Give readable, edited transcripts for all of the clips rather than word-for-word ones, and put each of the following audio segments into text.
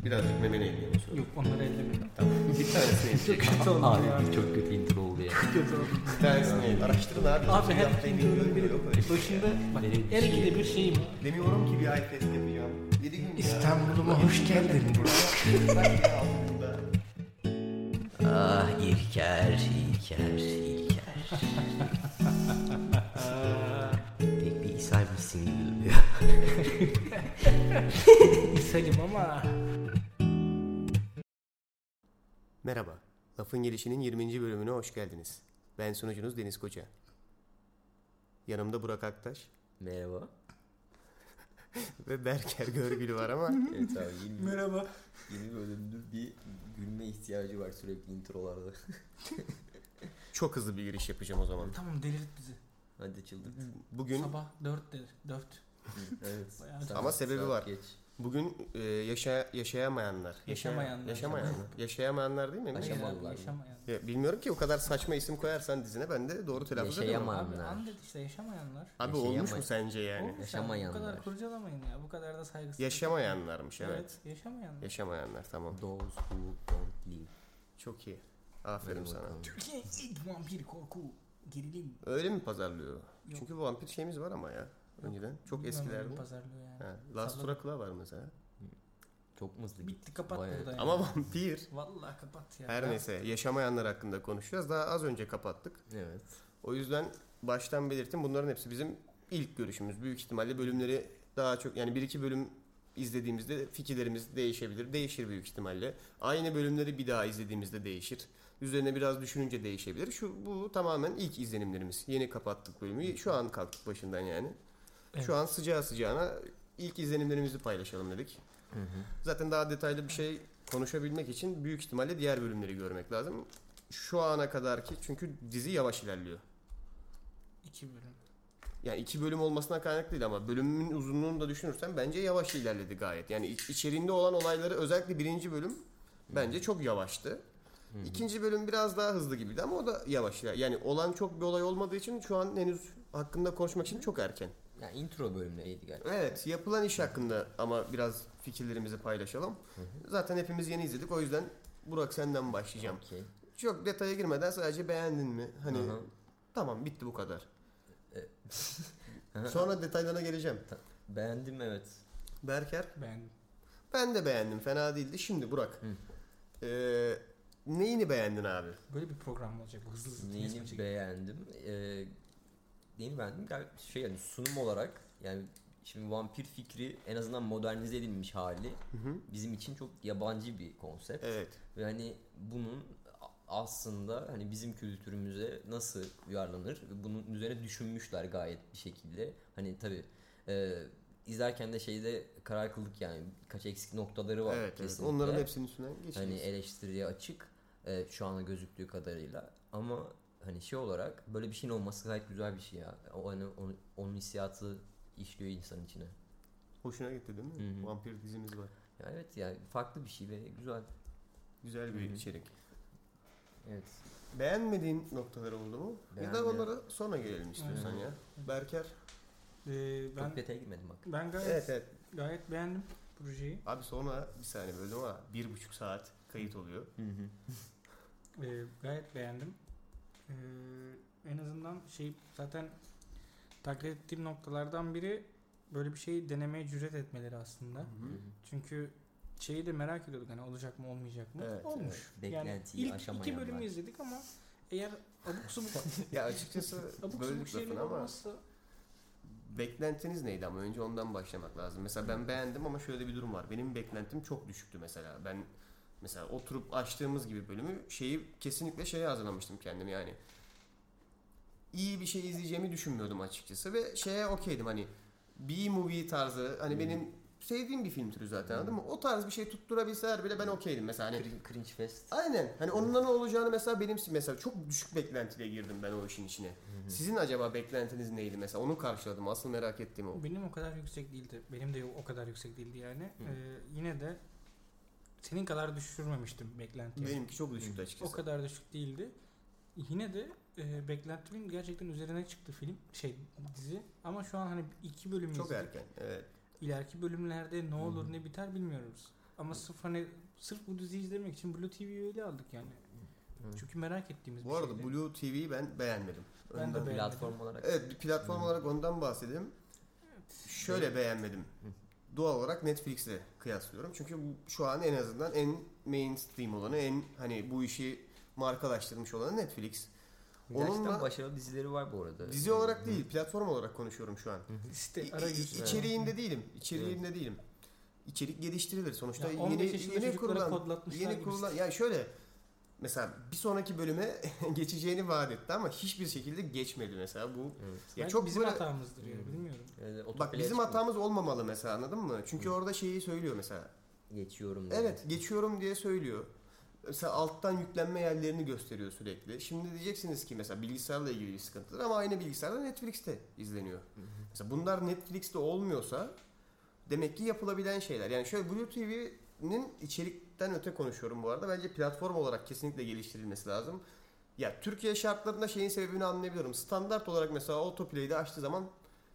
Birazcık memeni elleyelim. Yok, onları ellemedim. Tamam. Bir tanesini elleyelim. Kötü oldu Abi ya. çok kötü intro oldu ya. Kötü oldu. Bir tanesini elleyelim. Araştırın abi. Abi her Yaptığın intro'nun videoyu biri yok öyle şey başında ya. bak, Benim her ikide şey- bir şeyim. Demiyorum ki bir ay test yapacağım. 7 gün ya. İstanbul'uma hoş geldin. Bak ya altında. Ah İlker. Pek bir ishaymışsın gibi duruyor. İshalim ama. Merhaba. Lafın Gelişi'nin 20. bölümüne hoş geldiniz. Ben sunucunuz Deniz Koca. Yanımda Burak Aktaş Merhaba. ve Berker Görgülü var ama Evet abi Merhaba. yeni bölümdür bir gülme ihtiyacı var sürekli introlarda. çok hızlı bir giriş yapacağım o zaman. Tamam, delirt bizi. Hadi çıldırt. Bugün Sabah 4'te. 4. Evet. Bayağı- Saat- Ama sebebi saat var. Geç. yaşayamayanlar. Yaşamayanlar. Yaşayamayanlar değil mi? Emin misin? Yaşamadılar mı? Yaşamayan. Ya, bilmiyorum ki o kadar saçma isim koyarsan dizine ben de doğru telaffuz edemem. Yaşayamayan. Abi Yaşamayanlar. an dedi işte, yaşamayanlar. Abi olmuş mu sence yani? Olmuş abi, Yaşamayanlar. bu kadar kurcalamayın ya. Bu kadar da saygısız. Yaşamayanlarmış evet. Evet, yaşamayanlar. Yaşamayanlar tamam. Those who don't live. Çok iyi. Aferin Hadi sana. bakalım. Türkiye ilk vampir korku gerilim. Öyle mi pazarlıyor? Yok. Çünkü bu vampir şeyimiz var ama ya. Önceden. Çok Bilmiyorum, eskilerde. pazarlıyor yani. Ha, Last Salladım. Dracula var mesela. Çok mu hızlı? Bitti, kapat Bayağı- burada yani. Ama vampir. Vallahi kapat ya. Her neyse yaşamayanlar hakkında konuşacağız. Daha az önce kapattık. Evet. O yüzden baştan belirttim. Bunların hepsi bizim ilk görüşümüz. Büyük ihtimalle bölümleri daha çok yani 1-2 bölüm izlediğimizde fikirlerimiz değişebilir. Değişir büyük ihtimalle. Aynı bölümleri bir daha izlediğimizde değişir. Üzerine biraz düşününce değişebilir. Bu tamamen ilk izlenimlerimiz. Yeni kapattık bölümü. Şu an kalktık başından yani. Evet. Şu an sıcağı sıcağına ilk izlenimlerimizi paylaşalım dedik. Hı hı. Zaten daha detaylı bir şey konuşabilmek için büyük ihtimalle diğer bölümleri görmek lazım. Şu ana kadarki çünkü dizi yavaş ilerliyor. 2 bölüm. Yani 2 bölüm olmasına kaynaklı değil ama bölümün uzunluğunu da düşünürsen bence yavaş ilerledi gayet. Yani içeriğinde olan olayları özellikle birinci bölüm bence çok yavaştı. İkinci bölüm biraz daha hızlı gibiydi ama o da yavaş. Yani olan çok bir olay olmadığı için şu an henüz hakkında konuşmak için çok erken. Yani intro bölümleriydi galiba. Evet, yapılan iş hakkında ama biraz fikirlerimizi paylaşalım. Zaten hepimiz yeni izledik. O yüzden Burak senden başlayacağım. Okey. Çok detaya girmeden sadece beğendin mi? Hani Hı hı. tamam bitti bu kadar. Hı. Sonra detaylarına geleceğim. Beğendim evet. Berker? Beğendim. Ben de beğendim. Fena değildi. Şimdi Burak. Neyini beğendin abi? Böyle bir program mı olacak bu, hızlı hızlı? Neyini beğendim? Neyini beğendim? Gayet şey yani sunum olarak yani şimdi vampir fikri en azından modernize edilmiş hali bizim için çok yabancı bir konsept. Evet. Ve hani bunun aslında hani bizim kültürümüze nasıl uyarlanır ve bunun üzerine düşünmüşler gayet bir şekilde. Hani tabii izlerken de şeyde karar kıldık yani birkaç eksik noktaları var Evet, evet. kesinlikle. Onların hepsinin üstünden geçeceğiz. Hani eleştiriye açık şu ana gözüktüğü kadarıyla ama hani şey olarak böyle bir şeyin olması gayet güzel bir şey ya. O hani onun hissiyatı işliyor insanın içine. Hoşuna gitti değil mi? Hı hı. Vampir dizimiz var. Ya evet yani farklı bir şey ve güzel. Güzel bir Hı hı. içerik. Evet. Beğenmediğin noktalar oldu mu? Ya da Beğendim. onlara sonra gelelim istiyorsan Hı. ya. Berker? Ben Çok detaya girmedim bak. gayet Evet evet. gayet beğendim projeyi. Abi sonra bir saniye böldüm ama 1,5 saat kayıt oluyor. Gayet beğendim. En azından zaten takdir ettiğim noktalardan biri böyle bir şeyi denemeye cüret etmeleri aslında. Çünkü şeyi de merak ediyorduk, hani olacak mı olmayacak mı? Evet, Olmuş. evet. Yani Beklentiyi ilk aşamayanlar. 2 bölümü izledik ama eğer abuk subuk Ya açıkçası abuk subuk böldük şeyler lafını ama olmazsa beklentiniz neydi ama önce ondan başlamak lazım. Mesela ben beğendim ama şöyle bir durum var. Benim beklentim çok düşüktü mesela. Ben mesela oturup açtığımız gibi bölümü kesinlikle şeye hazırlamıştım kendimi yani. İyi bir şey izleyeceğimi düşünmüyordum açıkçası ve şeye okeydim hani B-movie tarzı hani benim sevdiğim bir film türü zaten anladın mı? O tarz bir şey tutturabilseler bile ben okeydim mesela hani. Cringe Fest. Aynen. Hani onunla ne olacağını mesela çok düşük beklentiyle girdim ben o işin içine. Sizin acaba beklentiniz neydi mesela? Onu karşıladım. Asıl merak ettiğim o. benim o kadar yüksek değildi. Benim de o kadar yüksek değildi yani. Yine de senin kadar düşürmemiştim beklentiyi. Benimki çok düşüktü açıkçası. O kadar düşük değildi. Yine de beklentimin gerçekten üzerine çıktı dizi. Ama şu an hani 2 bölüm Çok izledik. erken. Evet. İleriki bölümlerde ne olur ne biter bilmiyoruz. Ama sırf bu diziyi izlemek için Blue TV'yi öyle aldık yani. Çünkü merak ettiğimiz Bu bir arada şeydi. Blue TV'yi ben beğenmedim. Ben de Önden- beğenmedim. Platform olarak. Evet, bir platform olarak ondan bahsedelim. Şöyle beğenmedim. Doğal olarak Netflix'le kıyaslıyorum. Çünkü şu an en azından en mainstream olanı, en hani bu işi markalaştırmış olanı Netflix. Gerçekten Onunla başarılı dizileri var bu arada. dizi olarak değil, platform olarak konuşuyorum şu an. İşte arayüz. İçeriğinde değilim. İçeriğinde değilim. İçerik geliştirilir sonuçta. Ya 15 yaşında çocuklara kurulan kodlatmışlar gibi. yani şöyle mesela bir sonraki bölüme geçeceğini vaat etti ama hiçbir şekilde geçmedi mesela bu. Evet. Ya Belki çok bizim böyle hatamızdır ya bilmiyorum. bak bizim hatamız olmamalı mesela, anladın mı? Çünkü orada şeyi söylüyor mesela. Geçiyorum diye. Evet, geçiyorum diye söylüyor. Mesela alttan yüklenme yerlerini gösteriyor sürekli. Şimdi diyeceksiniz ki mesela bilgisayarla ilgili bir sıkıntıdır ama aynı bilgisayarda Netflix'te izleniyor. Mesela bunlar Netflix'te olmuyorsa demek ki yapılabilen şeyler. Yani şöyle Blue TV'nin içerikten öte konuşuyorum bu arada. Bence platform olarak kesinlikle geliştirilmesi lazım. Ya Türkiye şartlarında şeyin sebebini anlayabiliyorum. Standart olarak mesela Autoplay'de açtığı zaman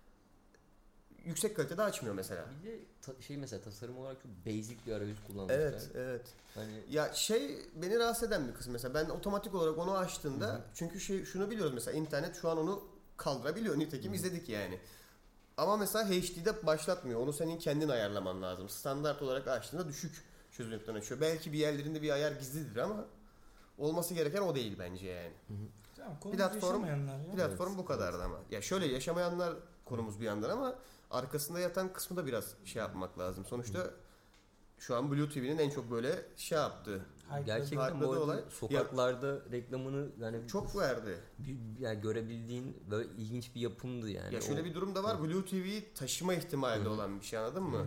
yüksek kalitede açmıyor mesela. Bir de mesela tasarım olarak çok basic bir arayüz kullanmışlar. Evet. Hani Ya beni rahatsız eden bir kısım mesela ben otomatik olarak onu açtığımda çünkü şunu biliyoruz mesela internet şu an onu kaldırabiliyor, nitekim izledik yani. Ama mesela HD'de başlatmıyor. Onu senin kendin ayarlaman lazım. Standart olarak açtığında düşük çözünürlükten açıyor. Belki bir yerlerinde bir ayar gizlidir ama olması gereken o değil bence yani. Tamam, konumuz yaşamayanlar ya. Platform bu kadardı ama. Ya şöyle yaşamayanlar konumuz bir yandan ama arkasında yatan kısmı da biraz şey yapmak lazım. Sonuçta şu an Blue TV'nin en çok böyle şey yaptığı. gerçekten Hype'ladı bu arada olay. sokaklarda reklamını yani Çok verdi. yani görebildiğin böyle ilginç bir yapımdı yani. Ya şöyle bir durum da var. Blue TV'yi taşıma ihtimali de olan bir şey, anladın mı?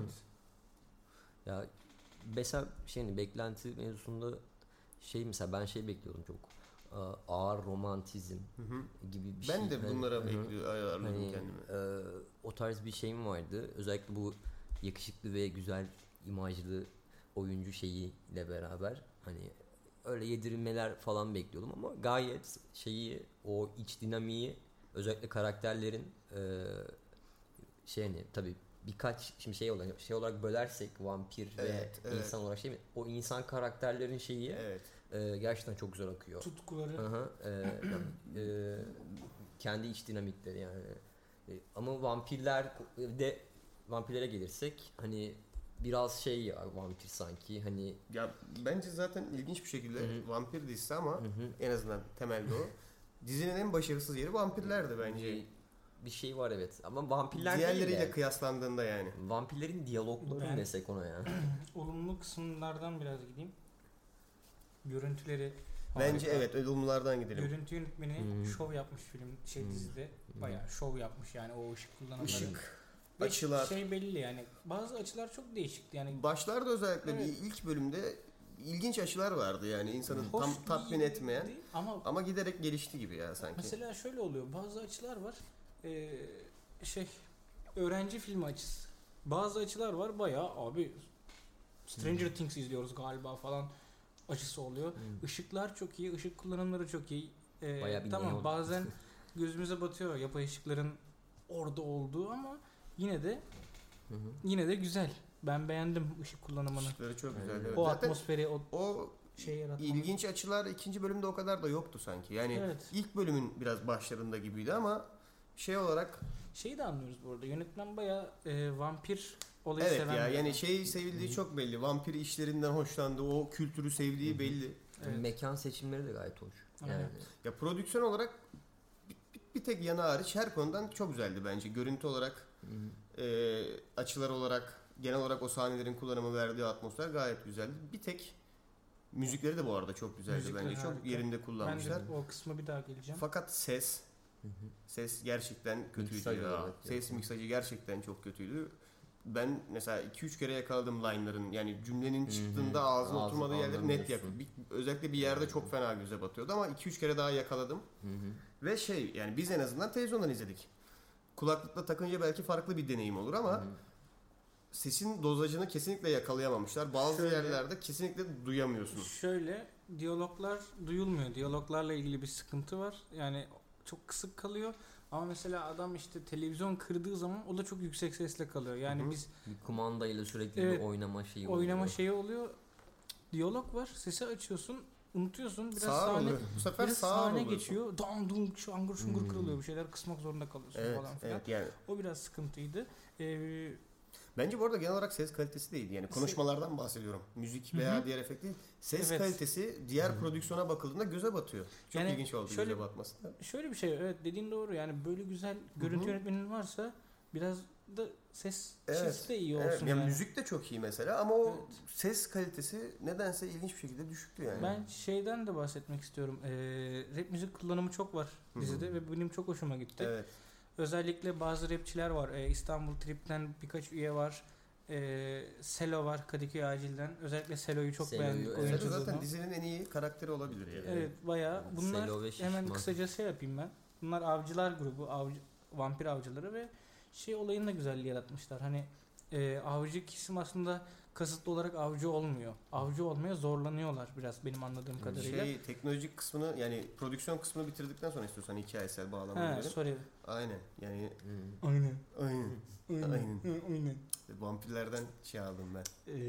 Ya mesela beklenti mevzusunda mesela ben bekliyordum çok ağır romantizm gibi bir şey. Ben de bunlara ayarladım Hani, kendimi. o tarz bir şeyim vardı. Özellikle bu yakışıklı ve güzel imajlı oyuncu şeyiyle beraber hani öyle yedirilmeler falan bekliyordum ama gayet o iç dinamiği özellikle karakterlerin tabii birkaç şimdi şey olarak bölersek vampir Evet, ve insan olarak o insan karakterlerin Evet. gerçekten çok güzel akıyor. Tutkuları. Kendi iç dinamikleri yani. Ama vampirlere gelirsek hani biraz vampir sanki hani Ya bence zaten ilginç bir şekilde vampir dizisi ama en azından temelde o. Dizinin en başarısız yeri vampirlerdi bence. bir şey var evet ama vampirler Diğerleriyle değil de kıyaslandığında yani. vampirlerin diyalogları Ben- desek ona ya. Olumlu kısımlardan biraz gideyim. Görüntüleri Bence harika. evet olumlulardan gidelim. Görüntü yönetmeni şov yapmış dizide. Bayağı şov yapmış yani o ışık kullanımları. Işık, Ve açılar. belli yani. Bazı açılar çok değişikti yani. Başlarda özellikle Evet. ilk bölümde ilginç açılar vardı yani insanı Hoş tam tatmin değil, etmeyen ama giderek gelişti gibi ya sanki. mesela şöyle oluyor. Bazı açılar var. Öğrenci filmi açısı. Bazı açılar var bayağı abi Stranger Things izliyoruz galiba falan açısı oluyor. Işıklar çok iyi, ışık kullanımları çok iyi. Bayağı bir Tamam neon. bazen gözümüze batıyor yapay ışıkların orada olduğu ama yine de güzel. Ben beğendim ışık kullanımını. Işıkları çok güzel. Evet. O Zaten atmosferi, o şeyi yaratmak. ilginç açılar ikinci bölümde o kadar da yoktu sanki. Yani Evet. ilk bölümün biraz başlarında gibiydi ama şey olarak Şeyi de anlıyoruz bu arada. Yönetmen bayağı vampir olayı evet seven ya bir yani adam. sevildiği çok belli. Vampir işlerinden hoşlandığı, o kültürü sevdiği belli. Evet. Mekan seçimleri de gayet hoş. Yani Aynen. Ya prodüksiyon olarak bir tek yanı hariç her konudan çok güzeldi bence. Görüntü olarak, açılar olarak, genel olarak o sahnelerin kullanımı verdiği atmosfer gayet güzeldi. Bir tek müzikleri de bu arada çok güzeldi Müzikleri bence. Çok harika. yerinde Ben de kullanmışlar. o kısma bir daha geleceğim. Fakat ses gerçekten kötüydü Miksaj ya. olarak Ses miksajı gerçekten çok kötüydü. Ben mesela 2-3 kere yakaladım line'ların. Yani cümlenin çıktığında ağzına Ağzı oturmadığı yerleri net anlamıyorsun. yapıyor. Özellikle bir yerde çok fena göze batıyordu ama 2-3 kere daha yakaladım. Ve yani biz en azından televizyondan izledik. Kulaklıkla takınca belki farklı bir deneyim olur ama sesin dozajını kesinlikle yakalayamamışlar. Bazı Şöyle- yerlerde kesinlikle duyamıyorsun. Şöyle diyaloglar duyulmuyor. Diyaloglarla ilgili bir sıkıntı var. Yani çok kısık kalıyor. Ama mesela adam işte televizyon kırdığı zaman o da çok yüksek sesle kalıyor. Yani biz Bir kumandayla sürekli Evet, bir oynama şeyi oynama oluyor. şeyi oluyor. Diyalog var. Sesi açıyorsun. Unutuyorsun. Biraz Sağır sahne oluyor. Bu sefer biraz sağır sahne oluyorsun. geçiyor. Dam dum şangur şungur kırılıyor. Bir şeyler kısmak zorunda kalıyorsun Evet, falan filan. evet yani. O biraz sıkıntıydı. Bence bu arada genel olarak ses kalitesi değil. Yani konuşmalardan bahsediyorum. Müzik veya diğer efekt değil. Ses Evet. kalitesi diğer prodüksiyona bakıldığında göze batıyor. Çok Yani ilginç oldu şöyle- göze batması da. Şöyle bir şey, evet, dediğin doğru. Yani böyle güzel görüntü yönetmenin varsa biraz da ses de iyi olsun. Evet. Yani yani. müzik de çok iyi mesela ama o Evet. ses kalitesi nedense ilginç bir şekilde düşüktü yani. Ben şeyden de bahsetmek istiyorum. Rap müzik kullanımı çok var dizide ve benim çok hoşuma gitti. Evet. Özellikle bazı rapçiler var. İstanbul Trip'ten birkaç üye var. Selo var Kadıköy Acil'den. Özellikle Selo'yu çok Selo'yu, beğendik. evet. Selo Oyunculuğunu. zaten dizinin en iyi karakteri olabilir yani. Evet, bayağı. Bunlar Selo ve hemen Şişman. kısaca şey yapayım ben. Bunlar avcılar grubu, vampir avcıları ve şey olayını da güzel yaratmışlar. Hani avcı kesim aslında kasıtlı olarak avcı olmuyor. Avcı olmaya zorlanıyorlar biraz benim anladığım kadarıyla. Teknolojik kısmını yani prodüksiyon kısmını bitirdikten sonra istiyorsan hikayesel bağlamını verelim. Sorry. Aynen yani Aynen. aynen. Aynen. Aynen. Vampirlerden şey aldım ben.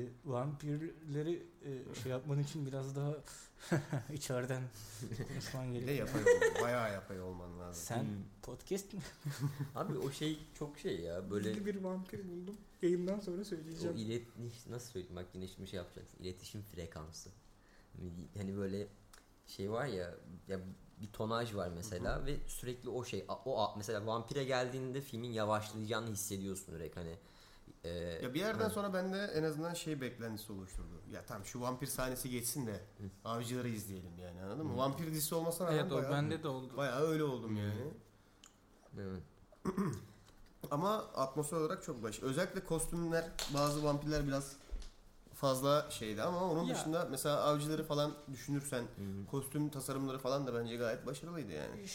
Vampirleri şey yapman için biraz daha içeriden konuşman Bir de gerekiyor. yapay olman. Bayağı yapay olman lazım. Sen podcast mi? Abi o şey çok şey ya böyle Gizli bir vampir buldum. Yayından sonra o söyleyeceğim. nasıl söyleyeyim bak yine şimdi şey yapacaksın. İletişim frekansı. Hani böyle şey var ya bir tonaj var mesela ve sürekli o şey mesela vampire geldiğinde filmin yavaşlayacağını hissediyorsun direkt hani. Ya bir yerden sonra bende en azından şey beklentisi oluşturdu. Ya tamam şu vampir sahnesi geçsin de avcıları izleyelim yani anladın mı? Vampir dizisi olmasına rağmen Evet, o bende de oldu. bayağı öyle oldum yani. Evet. Ama atmosfer olarak çok baş. Özellikle kostümler bazı vampirler biraz fazla şeydi ama onun Ya. dışında mesela avcıları falan düşünürsen kostüm tasarımları falan da bence gayet başarılıydı yani.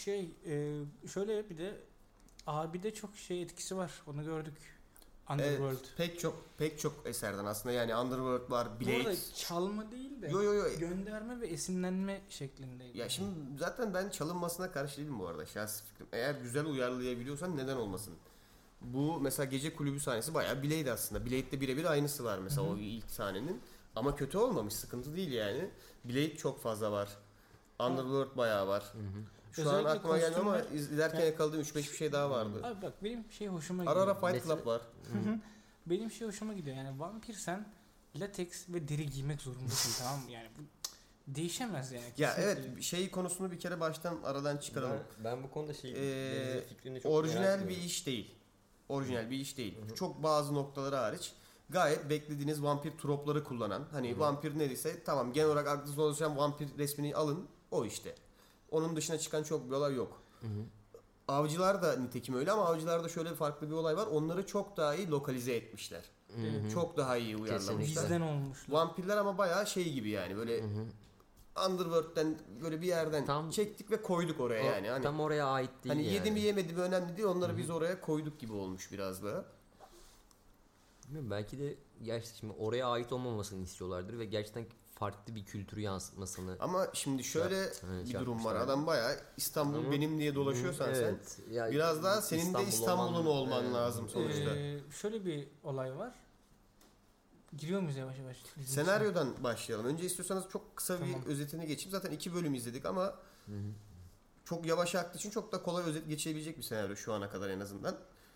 Şöyle bir de abide çok şey etkisi var. Onu gördük. Evet, Underworld. pek çok eserden aslında yani Underworld var, Bu arada Blade. çalma değil de Yo. gönderme ve esinlenme şeklindeydi. Ya şimdi zaten ben çalınmasına karşı değilim bu arada şahsi fikrim. Eğer güzel uyarlayabiliyorsan neden olmasın? Bu mesela gece kulübü sahnesi bayağı Blade aslında. Blade'de birebir aynısı var mesela o ilk sahnenin. Ama kötü olmamış, sıkıntı değil yani. Blade çok fazla var. Underworld bayağı var. Şu Özellikle an aklıma gelmiyor ama kostümler- izlerken yakaladığım 3-5 bir şey daha vardı. Abi bak benim şey hoşuma Ara gidiyor. ara Fight Mesela- Club var. Benim şey hoşuma gidiyor. Yani vampir sen lateks ve deri giymek zorundasın tamam mı? Yani bu değişemez yani. Ya kesinlikle. evet şey konusunu bir kere baştan aradan çıkaralım. Ben bu konuda fikrini çok merak Orijinal bir ediyorum. iş değil. Orijinal bir iş değil. Çok bazı noktaları hariç gayet beklediğiniz vampir tropları kullanan hani vampir neyse tamam genel olarak aklınızda oluşan vampir resmini alın o işte. Onun dışına çıkan çok bir olay yok. Avcılar da nitekim öyle ama avcılarda şöyle farklı bir olay var. Onları çok daha iyi lokalize etmişler. Çok daha iyi uyarlamışlar. Bizden olmuşlar. Vampirler ama bayağı şey gibi yani böyle Underworld'den böyle bir yerden Tam- çektik ve koyduk oraya yani. Hani Tam oraya ait değil hani yani. yedi mi yemedi mi önemli değil. Onları biz oraya koyduk gibi olmuş biraz da. Bilmiyorum, belki de gerçekten şimdi oraya ait olmamasını istiyorlardır ve gerçekten farklı bir kültürü yansıtmasını. Ama şimdi şöyle Evet, bir durum var. yapmışlar. Adam bayağı İstanbul Ama- benim diye dolaşıyorsan Evet. Ya sen biraz daha senin de İstanbul'un olman lazım sonuçta. Şöyle bir olay var. Giriyor muyuz yavaş yavaş? Bizim Senaryodan başlayalım. Önce istiyorsanız çok kısa Tamam. bir özetini geçeyim. Zaten 2 bölüm izledik ama çok yavaş aktığı için çok da kolay özet geçebilecek bir senaryo şu ana kadar en azından.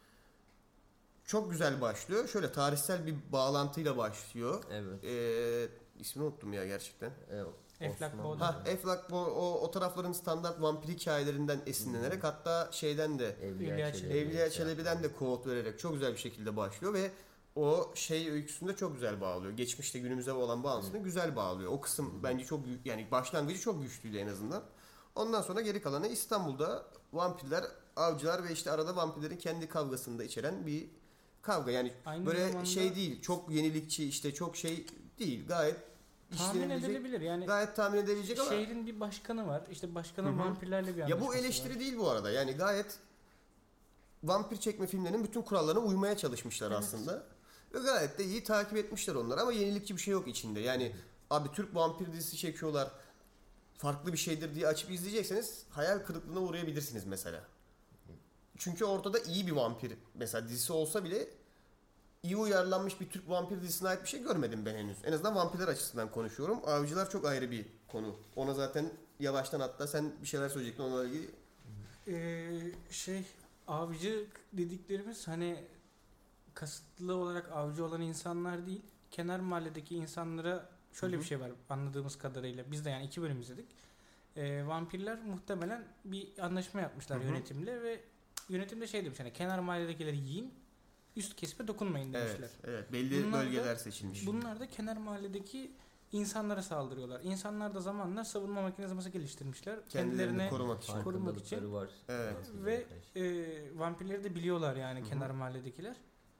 Çok güzel başlıyor. Şöyle tarihsel bir bağlantıyla başlıyor. Evet. İsmini unuttum ya gerçekten. Eflak Osmanlı. Boğda. Eflak o tarafların standart vampir hikayelerinden esinlenerek hatta şeyden de Evliya Çelebi'den de quote vererek çok güzel bir şekilde başlıyor ve o şey öyküsünde çok güzel bağlıyor. Geçmişte günümüze olan bağlantısını güzel bağlıyor. O kısım bence çok yani başlangıcı çok güçlüydü en azından. Ondan sonra geri kalanı İstanbul'da vampirler, avcılar ve işte arada vampirlerin kendi kavgasını da içeren bir kavga. Yani Aynı böyle zamanda şey değil, çok yenilikçi işte çok şey değil. Gayet tahmin işlenebilecek, edilebilir. Yani gayet tahmin edebilecek ama şehrin bir başkanı var. İşte başkanın vampirlerle bir ya anlaşması bu eleştiri var. değil bu arada. Yani gayet vampir çekme filmlerinin bütün kurallarına uymaya çalışmışlar aslında. Ve gayet de iyi takip etmişler onları ama yenilikçi bir şey yok içinde. Yani abi Türk vampir dizisi çekiyorlar. Farklı bir şeydir diye açıp izleyecekseniz hayal kırıklığına uğrayabilirsiniz mesela. çünkü ortada iyi bir vampir mesela dizisi olsa bile iyi uyarlanmış bir Türk vampir dizisine ait bir şey görmedim ben henüz. En azından vampirler açısından konuşuyorum. Avcılar çok ayrı bir konu. Ona zaten yavaştan hatta sen bir şeyler söyleyecektin onunla ilgili. Avcı dediklerimiz hani kasıtlı olarak avcı olan insanlar değil. Kenar mahalledeki insanlara şöyle bir şey var anladığımız kadarıyla. Biz de yani 2 bölüm izledik. Vampirler muhtemelen bir anlaşma yapmışlar yönetimle ve yönetimde şey demiş hani kenar mahalledekileri yiyin, üst kesime dokunmayın demişler. Evet. Belli bölgeler seçilmiş. Bunlar da kenar mahalledeki insanlara saldırıyorlar. İnsanlar da zamanla savunma mekanizması geliştirmişler. Kendilerini korumak için. Var. Evet. Ve vampirleri de biliyorlar yani kenar mahalledekiler.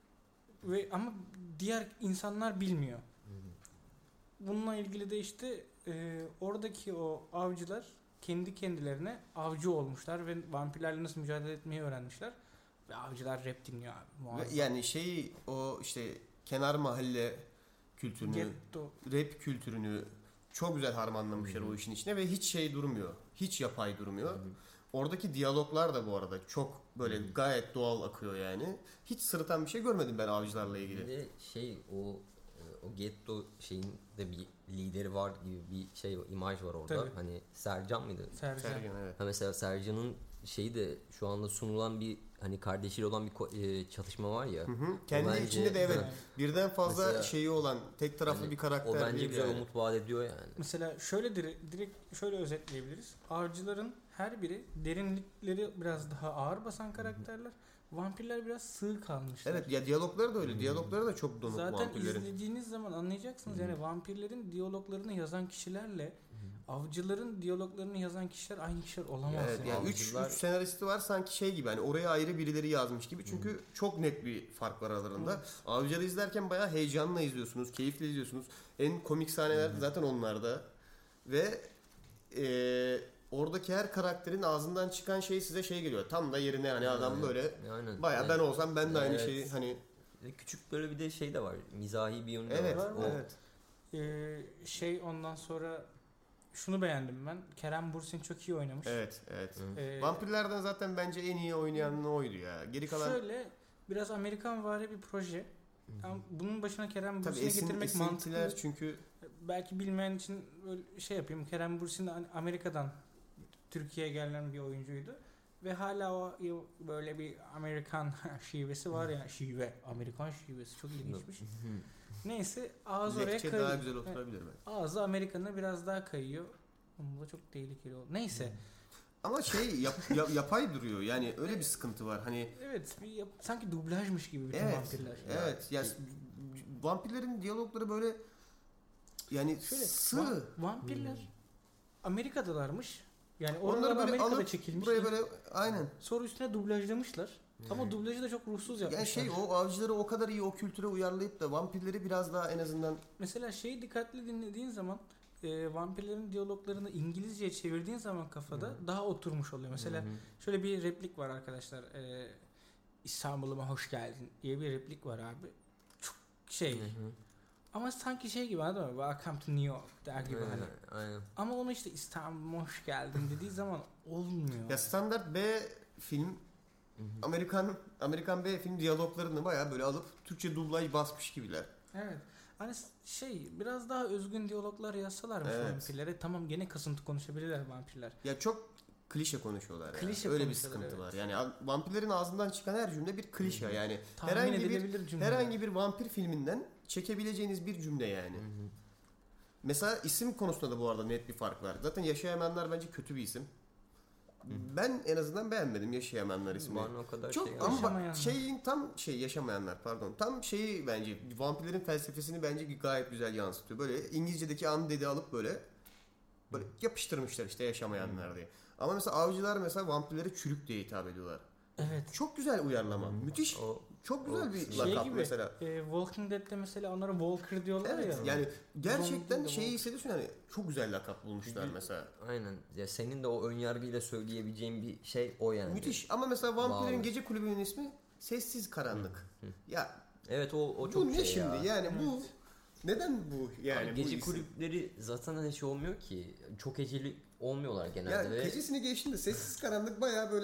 Ama diğer insanlar bilmiyor. Bununla ilgili de işte oradaki o avcılar kendi kendilerine avcı olmuşlar ve vampirlerle nasıl mücadele etmeyi öğrenmişler. Ve avcılar rap dinliyor abi. Muazzam. Yani o işte kenar mahalle kültürünü, Getto. rap kültürünü çok güzel harmanlamışlar o işin içine ve hiç şey durmuyor. Hiç yapay durmuyor. Oradaki diyaloglar da bu arada çok böyle gayet doğal akıyor yani. Hiç sırıtan bir şey görmedim ben avcılarla ilgili. Bir de o getto şeyin de bir lideri var gibi bir şey imaj var orada. Tabii. Hani Sercan mıydı? Sercan. Evet. Ha mesela Sercan'ın şeyi de şu anda sunulan bir hani kardeşiyle olan bir çatışma var ya. Kendi bence, içinde de evet birden fazla mesela, şeyi olan tek taraflı hani bir karakter. o bence değil güzel yani. umut vaat ediyor yani. Mesela şöyle direkt şöyle özetleyebiliriz. Avcıların her biri derinlikleri biraz daha ağır basan karakterler. Vampirler biraz sığ kalmışlar. Evet ya diyalogları da öyle. Diyalogları da çok donuk Zaten vampirlerin. izlediğiniz zaman anlayacaksınız. Yani vampirlerin diyaloglarını yazan kişilerle avcıların diyaloglarını yazan kişiler aynı kişiler olamaz. Evet yani 3 Avcılar- senaristi var sanki şey gibi hani oraya ayrı birileri yazmış gibi çünkü çok net bir fark var aralarında. Avcıları izlerken bayağı heyecanla izliyorsunuz, keyifle izliyorsunuz. En komik sahneler zaten onlarda ve oradaki her karakterin ağzından çıkan şey size şey geliyor. Tam da yerine yani adam böyle Aynen. bayağı ben olsam ben de aynı Evet. şeyi hani Küçük böyle bir de şey de var. Mizahi bir yönü de evet var. evet. Ondan sonra şunu beğendim ben. Kerem Bürsin çok iyi oynamış. Evet. Ee, Vampirlerden zaten bence en iyi oynayan oydu ya. Geri kalan Şöyle biraz Amerikanvari bir proje. Ama bunun başına Kerem tabii Bürsin'i getirmek esintiler mantıklı. çünkü Belki bilmeyen için böyle şey yapayım. Kerem Bürsin Amerika'dan Türkiye'ye gelen bir oyuncuydu. Ve hala o böyle bir Amerikan şivesi var ya. Amerikan şivesi çok ilginçmiş. Neyse ağız oraya lehçe kayıyor. daha güzel oturabilir belki. Ağzı Amerikan'a biraz daha kayıyor. Bu da çok tehlikeli oldu. Neyse. Ama yapay duruyor. Yani öyle bir sıkıntı var. Hani Evet. Sanki dublajmış gibi bütün evet. vampirler. Evet. Ya vampirlerin diyalogları böyle yani Şöyle sığ. vampirler Amerika'dalarmış. Yani Onları oralar böyle Amerika'da alıp çekilmiş. buraya böyle aynen. Sonra üstüne dublajlamışlar. Ama dublajı da çok ruhsuz yapmışlar. Yani o avcıları o kadar iyi o kültüre uyarlayıp da vampirleri biraz daha en azından Mesela şeyi dikkatli dinlediğin zaman vampirlerin diyaloglarını İngilizceye çevirdiğin zaman kafada daha oturmuş oluyor. Mesela şöyle bir replik var arkadaşlar. İstanbul'uma hoş geldin diye bir replik var abi. Çok şey. Ama sanki şey gibi anladın mı? Welcome to New York der gibi hani. Aynen. Ama onu işte İstanbul'uma hoş geldin dediği zaman olmuyor. ya standart B film Amerikan B film diyaloglarını bayağı böyle alıp Türkçe dublaj basmış gibiler. Evet. Hani biraz daha özgün diyaloglar yazsalarmış vampirlere. Tamam gene kasıntı konuşabilirler vampirler. Ya çok klişe konuşuyorlar Klişe ya. Öyle bir konuşuyorlar, sıkıntı evet. var. Yani vampirlerin ağzından çıkan her cümle bir klişe yani. Tahmin edilebilir cümleler. Herhangi bir vampir filminden çekebileceğiniz bir cümle yani. Mesela isim konusunda da bu arada net bir fark var. Zaten Yaşayamayanlar bence kötü bir isim. Ben en azından beğenmedim Yaşayamayanlar ismini. Var o kadar Çok şey ama Yaşamayanlar. Yaşamayanlar pardon. Tam şeyi bence vampirlerin felsefesini bence gayet güzel yansıtıyor. Böyle İngilizce'deki undead'i alıp böyle yapıştırmışlar işte Yaşamayanlar diye. Ama mesela avcılar mesela vampirlere çürük diye hitap ediyorlar. Evet. Çok güzel uyarlama. Müthiş. Çok güzel bir lakap gibi, mesela. Walking Dead'de mesela onlara Walker diyorlar Evet ya. yani gerçekten Zombie şeyi hissediyorsun yani çok güzel lakap bulmuşlar mesela. Aynen. Ya senin de o ön yargıyla söyleyebileceğin bir şey o yani. Müthiş ama mesela Vampir'in Wow. Gece Kulübü'nün ismi Sessiz Karanlık. Ya Evet o çok bu ne şey şimdi ya. yani bu neden bu yani Abi bu gece isim? kulüpleri zaten hani şey olmuyor ki. Çok eceli olmuyorlar genelde. Ya ve gecesini geçtim de Sessiz Karanlık baya böyle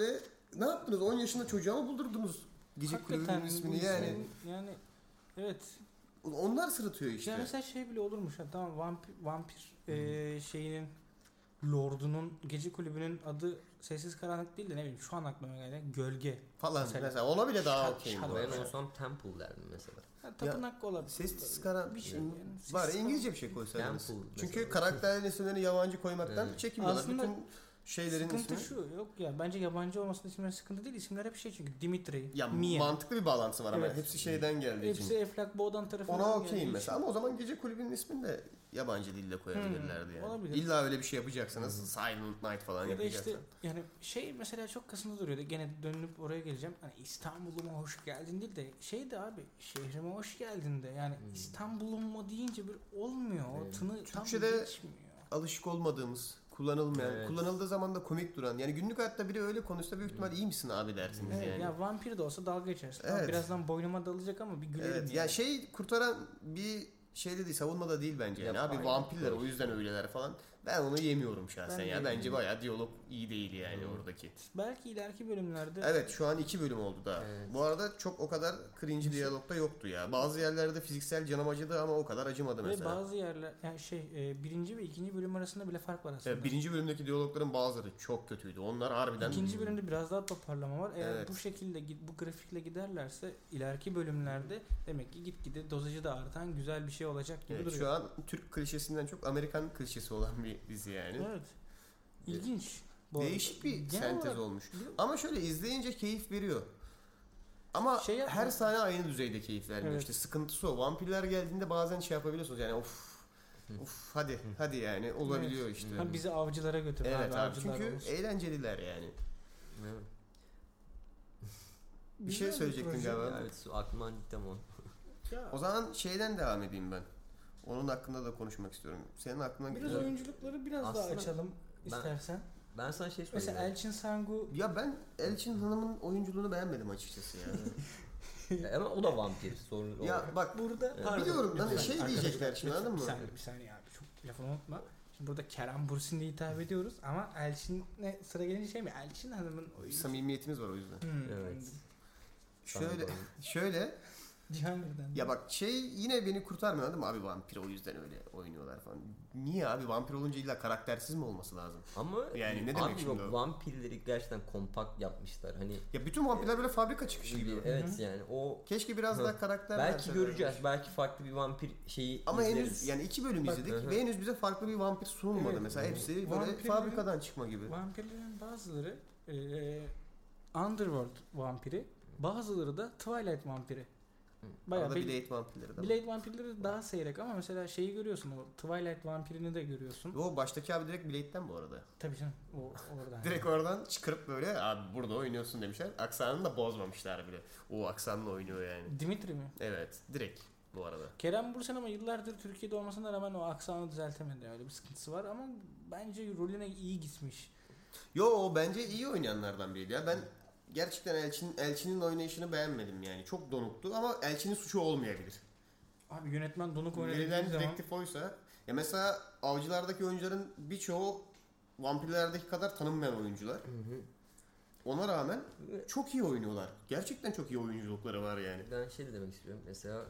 ne yaptınız? 10 yaşında çocuğa mı buldurdunuz gece Hakikaten kulübünün ismini bu yani? Yani evet. Onlar sırıtıyor işte. Ya mesela şey bile olurmuş ha, tamam, vampir şeyinin Lord'unun gece kulübünün adı Sessiz Karanlık değil de ne bileyim şu an aklıma geldi Gölge Falan mesela. mesela ona bile daha okeyim. şal- bu Ben arada. olsam Temple derdim mesela. Ha, tapınak olabilir. Sessiz karan bir şey yani. var Sessiz İngilizce bir şey koysaydınız. Temple Çünkü mesela. karakterlerin isimlerini yabancı koymaktan Evet. çekinmiyorlar. Aslında bütün şeylerin sıkıntı ismi. şu yok ya, bence yabancı olmasının isimleri sıkıntı değil, isimler hep şey çünkü Dimitri, Ya Mia, mantıklı bir bağlantısı var ama Evet. hepsi şeyden geldiği hepsi için. Eflak Boğdan tarafından Ona geldiği okeyim için. mesela ama o zaman gece kulübünün ismini de yabancı dilde koyabilirlerdi yani. olabilir. İlla öyle bir şey yapacaksanız Silent Night falan Ya da işte yapacaksanız. yani şey mesela çok kasıntı duruyordu. Gene dönüp oraya geleceğim. Hani İstanbul'uma hoş geldin değil de şey de abi şehrime hoş geldin de. Yani İstanbul'uma deyince bir olmuyor. O Evet. tını tam Türkçe'de geçmiyor. Alışık olmadığımız, kullanılmayan, Evet. kullanıldığı zaman da komik duran. Yani günlük hayatta biri öyle konuşsa büyük ihtimal iyi misin abi dersiniz Evet, yani. ya vampir de olsa dalga geçersin. Tamam, Evet. birazdan boynuma dalacak ama bir gülerim. Evet. yani. Ya şey kurtaran bir şey de değil, savunma da değil bence yani. Abi Yapay. vampirler o yüzden öyleler falan. Ben onu yemiyorum şahsen Ben de ya. Bence yemiyorum. bayağı diyalog iyi değil yani oradaki. Belki ileriki bölümlerde Evet şu an 2 bölüm oldu da. Evet. Bu arada çok o kadar cringe diyalogda yoktu ya. Bazı yerlerde fiziksel canım acıdı ama o kadar acımadı ve mesela. bazı yerler yani birinci ve ikinci bölüm arasında bile fark var aslında. Evet, birinci bölümdeki diyalogların bazıları çok kötüydü. Onlar harbiden... İkinci bölümde biraz daha toparlama var. Eğer Evet. bu şekilde bu grafikle giderlerse ileriki bölümlerde demek ki gitgide dozajı da artan güzel bir şey olacak gibi Evet, duruyor. şu an Türk klişesinden çok Amerikan klişesi olan bir dizi yani. Evet. İlginç. Bu arada. Değişik bir Genel sentez olarak olmuş. bir- Ama şöyle izleyince keyif veriyor. Ama Şey yapma. her sahne aynı düzeyde keyif vermiyor. Evet. İşte sıkıntısı o. Vampirler geldiğinde bazen şey yapabiliyorsunuz yani of hadi yani olabiliyor Evet. işte. Ha, bizi avcılara götür Evet abi avcılar çünkü olsun. eğlenceliler yani. Evet. Bir şey Güzel söyleyecektin proje. galiba. Evet, aklıma gitti ama. Ya, O zaman şeyden devam edeyim ben. Onun hakkında da konuşmak istiyorum. Senin aklından biraz geliyor. oyunculukları biraz daha Aslında açalım ben- istersen. Ben sana şey söyleyeyim. Mesela Elçin Sangu Ya ben Elçin Hanım'ın oyunculuğunu beğenmedim açıkçası ya. Ama o da vampir sorun. ya bak burada biliyorum lan lütfen, şey arkadaşlar, diyecekler şimdi lütfen, anladın mı? Bir saniye abi çok lafını unutma. Şimdi burada Kerem Bürsin'le hitap ediyoruz ama Elçin'e sıra gelince şey mi? Elçin Hanım'ın oyuncu. Samimiyetimiz var o yüzden. Evet. Şöyle Cihangir'den. ya bak şey yine beni kurtarmıyor anladın mı? Abi vampir o yüzden öyle oynuyorlar falan. Niye abi vampir olunca illa karaktersiz mi olması lazım? Ama Yani ne demek abi şimdi yok, o? vampirleri gerçekten kompakt yapmışlar. Hani Ya bütün vampirler böyle fabrika çıkışı gibi. evet yani o Keşke biraz Hı. daha karakter belki verseler. göreceğiz. Belki farklı bir vampir şeyi Ama izleriz. henüz yani 2 bölüm Bak, izledik hı hı. ve henüz bize farklı bir vampir sunulmadı. Evet. Mesela hepsi böyle Vampirlerin- fabrikadan çıkma gibi. Vampirlerin bazıları Underworld vampiri, bazıları da Twilight vampiri. Bayağı Arada Blade, Blade vampirleri de var. Blade vampirleri daha seyrek ama mesela şeyi görüyorsun, o Twilight vampirini de görüyorsun. O baştaki abi direkt Blade'den bu arada. Tabii canım o oradan. Direkt oradan çıkarıp böyle abi burada oynuyorsun demişler. Aksanını da bozmamışlar bile. O aksanla oynuyor yani. Dimitri mi? Evet direkt bu arada. Kerem Bürsin ama yıllardır Türkiye'de olmasına rağmen o aksanı düzeltemedi. Öyle bir sıkıntısı var ama bence rolüne iyi gitmiş. Yo o bence iyi oynayanlardan biriydi ya. Ben gerçekten Elçin'in oynayışını beğenmedim yani. Çok donuktu ama Elçin'in suçu olmayabilir. Abi yönetmen donuk oynadığı Verilen zaman direktif oysa ya mesela avcılardaki oyuncuların birçoğu vampirlerdeki kadar tanınmayan oyuncular. Ona rağmen çok iyi oynuyorlar. Gerçekten çok iyi oyunculukları var yani. Ben şey de demek istiyorum. Mesela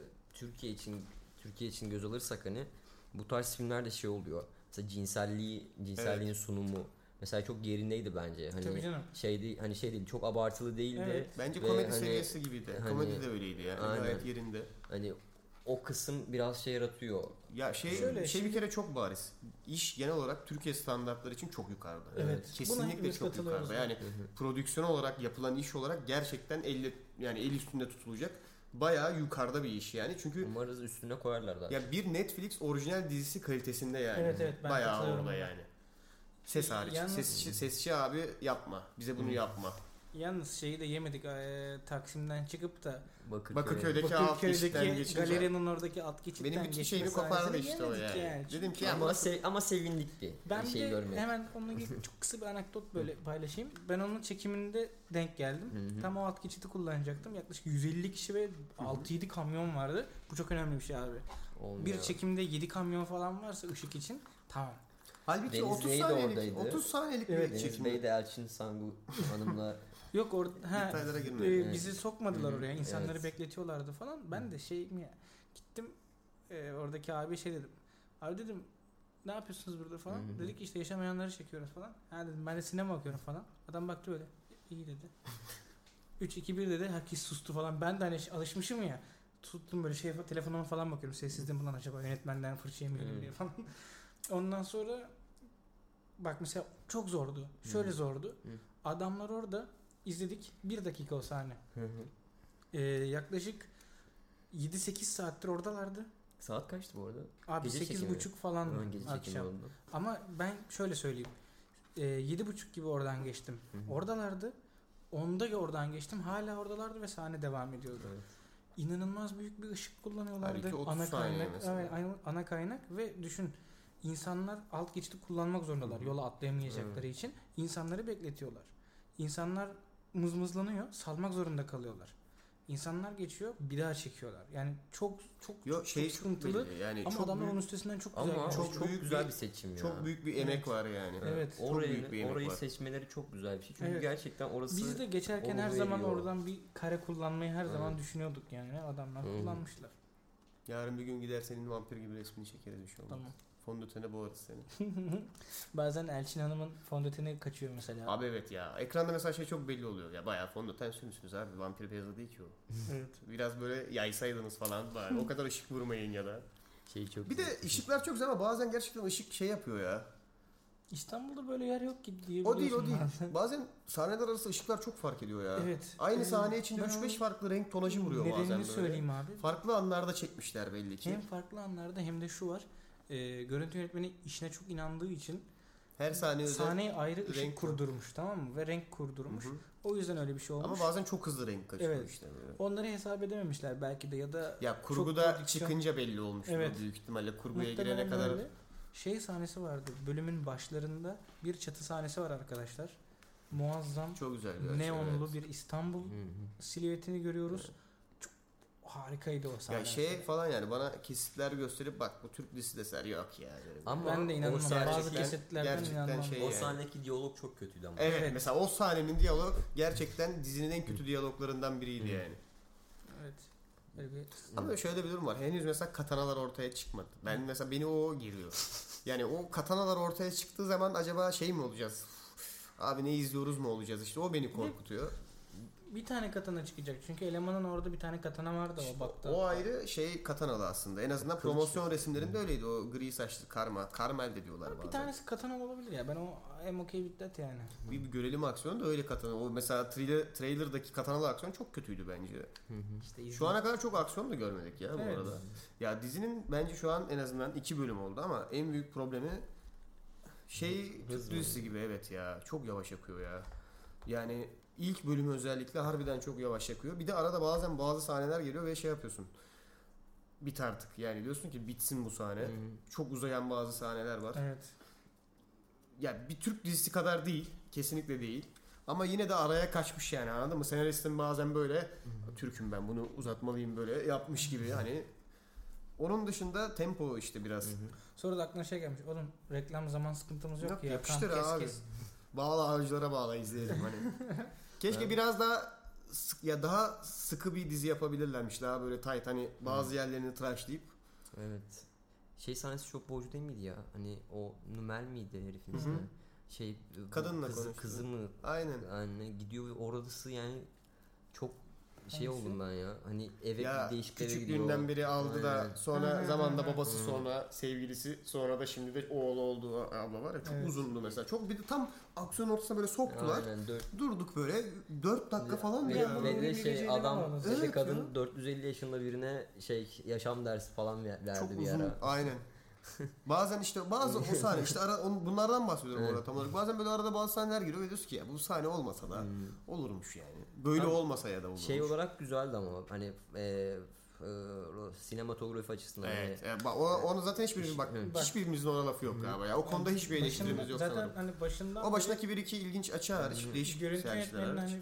Türkiye için göz alırsak hani bu tarz filmlerde şey oluyor. Mesela cinselliğin sunumu mesela çok yerindeydi bence. Hani Tabii canım. hani şey değil, çok abartılı değildi. Evet. Bence Ve komedi hani- seviyesi gibiydi. hani- Komedi de öyleydi yani. Aynen. Gayet yerinde. Hani o kısım biraz şey yaratıyor. Ya Şöyle, bir şimdi- kere çok bariz. İş genel olarak Türkiye standartları için çok yukarıda. Evet. Buna Kesinlikle hepimiz çok katılıyoruz. yukarıda. Yani prodüksiyon olarak yapılan iş olarak gerçekten el üstünde tutulacak. Bayağı yukarıda bir iş yani. Çünkü Umarız üstüne koyarlar da. ya bir Netflix orijinal dizisi kalitesinde yani. Evet, ben Bayağı katılıyorum orada buna. yani. Ses hariç. Yalnız- Sesçi abi yapma. Bize bunu yapma. Yalnız şeyi de yemedik. Taksim'den çıkıp da Bakırköy'deki alt geçitten Bakırköy'deki geçince. galerinin oradaki alt geçitten Benim bütün geçme şeyimi kopardı sahnesini işte o yemedik yani. Dedim ki ama sevindik bir Ben şey de görmek. hemen onunla ilgili çok kısa bir anekdot böyle paylaşayım. Ben onun çekiminde denk geldim. Tam o alt geçidi kullanacaktım. Yaklaşık 150 kişi ve 6-7 kamyon vardı. Bu çok önemli bir şey abi. Olmuyor. Bir çekimde 7 kamyon falan varsa ışık için tamam. halbuki Deniz 30 Bey de saniyelik, oradaydı. 30 saniyelik Evet, bir Deniz çekim. Bey de Elçin Sangu Hanım'la Yok orada detaylara girmeyelim. bizi sokmadılar Hı hı. oraya. İnsanları Evet. bekletiyorlardı falan. Ben de gittim oradaki abi dedim. Abi dedim ne yapıyorsunuz burada falan. Hı hı. Dedik işte yaşamayanları çekiyoruz falan. Ha dedim ben de sinema bakıyorum falan. Adam baktı öyle. İyi dedi. 3-2-1 dedi. Herkes sustu falan. Ben de hani alışmışım ya. Tuttum böyle telefonuma falan bakıyorum. Sessizdim bundan acaba yönetmenden fırça yemeyelim diye falan. Ondan sonra bak mesela çok zordu. Şöyle zordu. Adamlar orada izledik. 1 dakika o sahne. Yaklaşık 7-8 saattir oradalardı. Saat kaçtı bu arada? Abi Gece çekimi. 8.30 falan Gece çekimi akşam. oldu. Ama ben şöyle söyleyeyim. 7.30 gibi oradan geçtim. Oradalardı. 10'da oradan geçtim. Hala oradalardı ve sahne devam ediyordu. Evet. İnanılmaz büyük bir ışık kullanıyorlardı. Halbuki 30 Ana saniye kaynak. mesela. Evet, ana kaynak ve düşün insanlar alt geçidi kullanmak zorundalar. Yola atlayamayacakları için. İnsanları bekletiyorlar. İnsanlar mızmızlanıyor. Salmak zorunda kalıyorlar. İnsanlar geçiyor, bir daha çekiyorlar. Yani çok Yok çok sıkıntılı. belli. Yani Ama çok adamlar büyük, onun üstesinden çok güzel Ama geçiyor. çok büyük güzel bir- bir seçim ya. çok büyük bir emek var yani. Evet. Çok büyük bir emek Orayı var. seçmeleri çok güzel bir şey. Çünkü Evet. gerçekten orası Biz de geçerken onu her zaman veriyor. oradan bir kare kullanmayı her zaman Evet. düşünüyorduk yani. Adamlar kullanmışlar. Yarın bir gün gider senin vampir gibi resmini çekeriz bir şey olmaz. Tamam. Fondötene boğarız seni. Bazen Elçin Hanım'ın fondöteni kaçıyor mesela. Abi evet ya. Ekranda mesela şey çok belli oluyor. Ya bayağı fondöten sürmüşsünüz abi. Vampir beyazı değil ki o. Evet. Biraz böyle yaysaydınız falan bari. O kadar ışık vurmayın ya da. çok Bir de ışıklar çok güzel ama bazen gerçekten ışık şey yapıyor ya. İstanbul'da böyle yer yok ki O diyebiliyorsun. değil o değil. bazen. Bazen sahneler arası ışıklar çok fark ediyor ya. Evet. Aynı sahne içinde Ben 3-5 farklı renk tonajı vuruyor bazen nedenini böyle. söyleyeyim abi. Farklı anlarda çekmişler belli ki. Hem farklı anlarda hem de şu var. Görüntü yönetmeni işine çok inandığı için Her sahne özel. sahneye ayrı ışık renk kurdurmuş, tamam mı? Ve renk kurdurmuş. Hı hı. O yüzden öyle bir şey olmuş. Ama bazen çok hızlı renk kaçıyor Evet. işte böyle. Onları hesap edememişler belki de ya da Ya çok kurguda prodüksiyon- çıkınca belli olmuştur Evet. o büyük ihtimalle. Kurguya Muhtemelen girene kadar. öyle. Şey sahnesi vardı. Bölümün başlarında bir çatı sahnesi var arkadaşlar. Muazzam Çok güzel bir açı, neonlu evet. bir İstanbul silüetini görüyoruz. Çok harikaydı o sahne. Ya şey falan yani bana kesitler gösterip bak bu Türk dizisi deser yok ya. Derim. Ama Ben de inanmam. o Bazı gerçekten- kesitlerden gerçekten inanmam. şey- o yani. sahnedeki diyalog çok kötüydü ama. Evet, Evet. mesela o sahnenin diyalog gerçekten dizinin en kötü diyaloglarından biriydi yani. Evet. Böyle bir Ama şöyle bir durum var. Henüz mesela katanalar ortaya çıkmadı. Ben mesela beni o giriyor. Yani o katanalar ortaya çıktığı zaman acaba şey mi olacağız? Abi ne izliyoruz mu olacağız? İşte o beni korkutuyor. bir tane katana çıkacak. Çünkü elemanın orada bir tane katana vardı o baktı. O ayrı şey katanalı aslında. En azından promosyon resimlerinde öyleydi. O gri saçlı karma. Karmel de diyorlar bazen. Bir tanesi katana olabilir ya. Ben o am okay with that yani. Bir görelim aksiyonu da öyle katana. O mesela trailer'daki katanalı aksiyon çok kötüydü bence. İşte Şu ana kadar çok aksiyon da görmedik ya bu Evet. arada. Ya dizinin bence şu an en azından 2 bölüm oldu ama en büyük problemi Türk dizisi gibi evet ya. Çok yavaş akıyor ya. Yani ilk bölümü özellikle harbiden çok yavaş akıyor. Bir de arada bazen bazı sahneler geliyor ve şey yapıyorsun. Bit artık. Yani diyorsun ki bitsin bu sahne. Çok uzayan bazı sahneler var. Evet. Ya bir Türk dizisi kadar değil. Kesinlikle değil. Ama yine de araya kaçmış yani anladın mı? Senaristin bazen böyle Türk'üm ben bunu uzatmalıyım böyle yapmış gibi hani. Onun dışında tempo işte biraz. Sonra da aklına şey gelmiş. Oğlum reklam zaman sıkıntımız yok, ya. yapıştır Tamam, abi. Bağla avcılara bağla izleyelim hani. Keşke biraz daha daha sıkı bir dizi yapabilirlermiş. Daha böyle tight hani bazı yerlerini tıraşlayıp. Evet. Şey sahnesi çok boğucu değil miydi ya? Hani o Numel miydi herifin ismi? Şey bu Kadınla konuştu. kızı mı? Aynen. Yani gidiyor ve orası yani çok şey Hangisi? oldum ben ya. Hani eve Ya değişik eve küçüklüğünden gidiyor. beri aldı da Aynen. sonra zamanında babası Hı. sonra sevgilisi sonra da şimdi de oğlu olduğu abla var ya çok Evet. uzundu mesela. Çok bir de tam aksiyon ortasına böyle soktular. Aynen. Durduk böyle 4 dakika falan Ve, ya. ve de Bir şey geceyle adam bağladı. ve Evet kadın ya. 450 yaşında birine şey yaşam dersi falan verdi Çok bir uzun ara. aynen. Bazen işte bazı o sahne işte bunlardan bahsediyorum Evet. orada tam olarak. Bazen böyle arada bazı sahneler giriyor ve diyorsun ki ya bu sahne olmasa da olurmuş yani. Böyle Abi, olmasa ya da olurmuş. Şey olarak güzeldi ama hani sinematografi açısından. Evet. Hani, Onu zaten hiçbirimizin ona lafı yok galiba ya. O konuda hiçbir eleştirimiz yok zaten sanırım. hani başından O başındaki bir iki ilginç açı hariç, değişik görüntü servisler yönetmeninin hariç. hani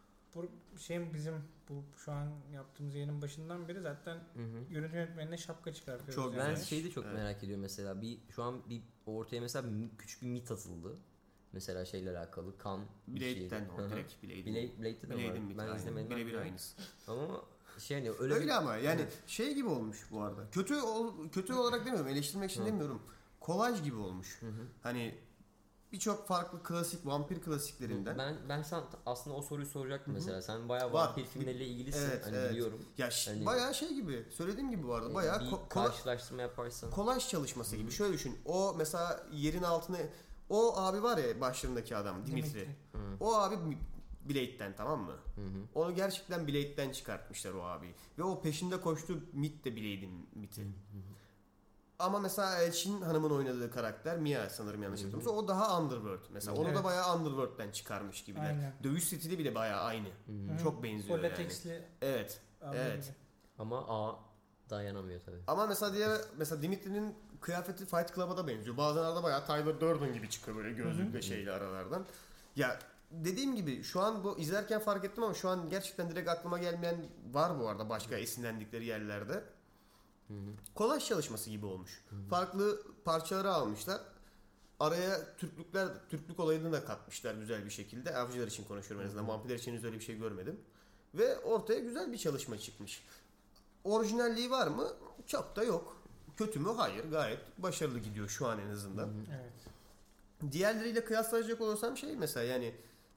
bizim bu şu an yaptığımız yayının başından beri zaten görüntü yönetmenine şapka çıkartıyoruz. Çok ben güzel. şeyi de çok Evet. merak ediyorum mesela. Şu an bir ortaya mesela küçük bir mit atıldı. Mesela şeyle alakalı kan Blade'den o direkt. Blade'de de Blade'in var. miti. Ben izlemedim. Birebir aynısı. Ama şey hani öyle Öyle bir... ama yani şey gibi olmuş bu arada. Kötü olarak demiyorum, eleştirmek için demiyorum. Kolaj gibi olmuş. Hani birçok farklı klasik vampir klasiklerinden. Ben sana aslında o soruyu soracaktım mesela. Sen bayağı Var. vampir filmleriyle ilgilisin. Evet, hani evet. biliyorum. Ya Hani- bayağı şey gibi. Söylediğim gibi bu arada. Bayağı bir karşılaştırma yaparsan. kolaj çalışması gibi. Şöyle düşün. O mesela yerin altına o abi var ya başlarındaki adam Dimitri. O abi Blade'den, tamam mı? Onu gerçekten Blade'den çıkartmışlar o abi. Ve o peşinde koştuğu Mit de Blade'in miti. Ama mesela Elçin Hanım'ın oynadığı karakter Mia sanırım, yanlış hatırlamıyorsam, o daha Underworld. Mesela onu da bayağı Underworld'den çıkarmış gibiler. Aynen. Dövüş stili bile bayağı aynı. Çok benziyor o yani. lateksli Evet. Evet. gibi. Ama A dayanamıyor tabii. Ama mesela Dimitri'nin kıyafeti Fight Club'a da benziyor. Bazen arada bayağı Tyler Durden gibi çıkıyor böyle gözlükle şeyle aralardan. Ya dediğim gibi şu an bu izlerken fark ettim ama şu an gerçekten direkt aklıma gelmeyen var bu arada başka esinlendikleri yerlerde. Kolaj çalışması gibi olmuş. Farklı parçaları almışlar. Araya Türklük olayını da katmışlar güzel bir şekilde. Avcılar için konuşuyorum en azından. Vampirler için henüz öyle bir şey görmedim. Ve ortaya güzel bir çalışma çıkmış. Orijinalliği var mı? Çok da yok. Kötü mü? Hayır. Gayet başarılı gidiyor şu an en azından. Evet. Diğerleriyle kıyaslayacak olursam şey mesela yani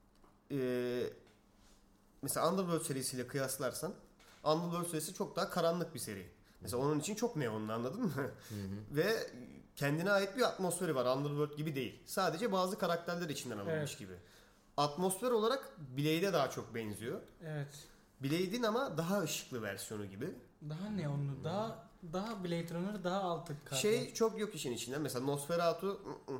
mesela Underworld serisiyle kıyaslarsan Underworld serisi çok daha karanlık bir seri. Mesela onun için çok neonlu, anladın mı? Ve kendine ait bir atmosferi var. Underworld gibi değil. Sadece bazı karakterler içinden alınmış gibi. Atmosfer olarak Blade'e daha çok benziyor. Evet. Blade'in ama daha ışıklı versiyonu gibi. Daha neonlu, daha Blade Runner, daha altı kartlar. Şey çok yok işin içinde. Mesela Nosferatu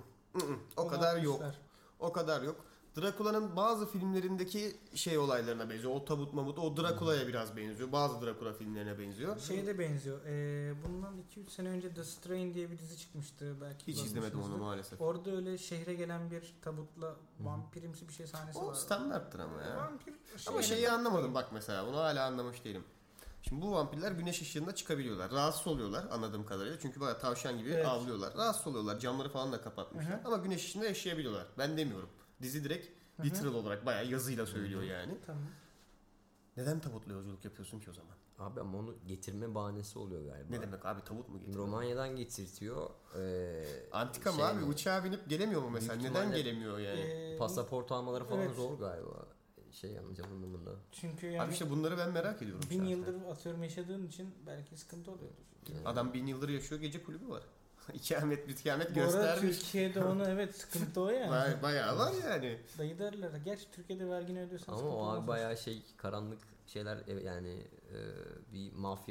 o Onu kadar yok. atmışlar. O kadar yok. Drakula'nın bazı filmlerindeki şey olaylarına benziyor. O tabut mamut, o Drakula'ya biraz benziyor. Bazı Drakula filmlerine benziyor. Şeye de benziyor. Bundan 2-3 sene önce The Strain diye bir dizi çıkmıştı. Belki Hiç izlemedim onu maalesef. Orada öyle şehre gelen bir tabutla vampirimsi bir şey sahnesi O var. standarttır ama ya. Vampir Ama şeyi anlamadım bak mesela. Onu hala anlamış değilim. Şimdi bu vampirler güneş ışığında çıkabiliyorlar. Rahatsız oluyorlar anladığım kadarıyla. Çünkü bayağı tavşan gibi avlıyorlar. Rahatsız oluyorlar. Camları falan da kapatmışlar. Ama güneş ışığında yaşayabiliyorlar. Ben demiyorum. Dizi direkt literal olarak bayağı yazıyla söylüyor yani. Tamam. Neden tabutla yolculuk yapıyorsun ki o zaman? Abi ama onu getirme bahanesi oluyor galiba. Ne demek abi, tavut mu getiriyor? Romanya'dan getirtiyor. Antika mı şey abi? mi? Uçağa binip gelemiyor mu mesela? Büyük Neden ihtimalle- gelemiyor yani? Pasaport almaları falan Evet. zor galiba. Şey yanlış anlamında. Çünkü yani Abi işte bunları ben merak ediyorum. 1000 şahsen. yıldır atıyorum yaşadığın için belki sıkıntı oluyordur. Adam 1000 yıldır yaşıyor, gece kulübü var. İkamet bitkamet Bu arada göstermiş. Türkiye'de onu evet sıkıntı o yani. Bayağı var yani. Dayı derler. Gerçi Türkiye'de vergini ödüyorsan Ama sıkıntı o olmaz. abi bayağı şey karanlık şeyler yani bir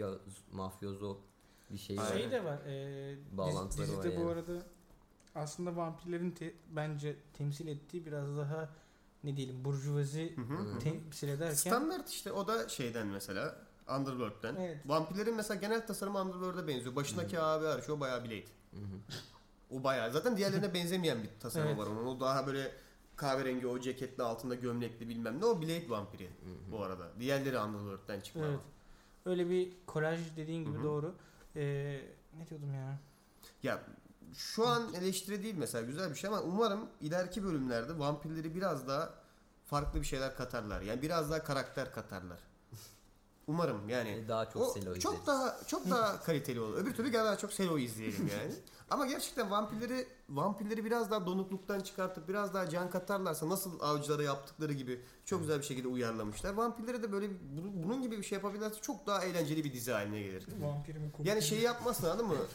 mafyozo bir şey var. Şey de var. Bağlantıları dizide var bu yani. arada aslında vampirlerin bence temsil ettiği biraz daha ne diyelim burjuvazi temsil ederken Standart işte, o da şeyden mesela Underworld'den. Evet. Vampirlerin mesela genel tasarımı Underworld'e benziyor. Başındaki abi hariç o bayağı Blade. O bayağı zaten diğerlerine benzemeyen bir tasarımı Evet. var onun. O daha böyle kahverengi, o ceketli, altında gömlekli bilmem ne. O Blade vampiri bu arada. Diğerleri Underworld'den çıkma. evet. Öyle bir kolaj dediğin gibi doğru. Ne diyordum ya? Ya şu an eleştiri değil mesela, güzel bir şey ama umarım ileriki bölümlerde vampirleri biraz daha farklı bir şeyler katarlar. Yani biraz daha karakter katarlar. Umarım yani. Daha çok Selo izleriz. Çok daha kaliteli olur. Öbür türlü daha çok Selo izleyelim yani. Ama gerçekten vampirleri biraz daha donukluktan çıkartıp biraz daha can katarlarsa, nasıl avcılara yaptıkları gibi çok güzel bir şekilde uyarlamışlar. Vampirleri de böyle bunun gibi bir şey yapabilirlerse çok daha eğlenceli bir dizi haline gelir. Vampirimi Yani şeyi yapmasın, anladın mı?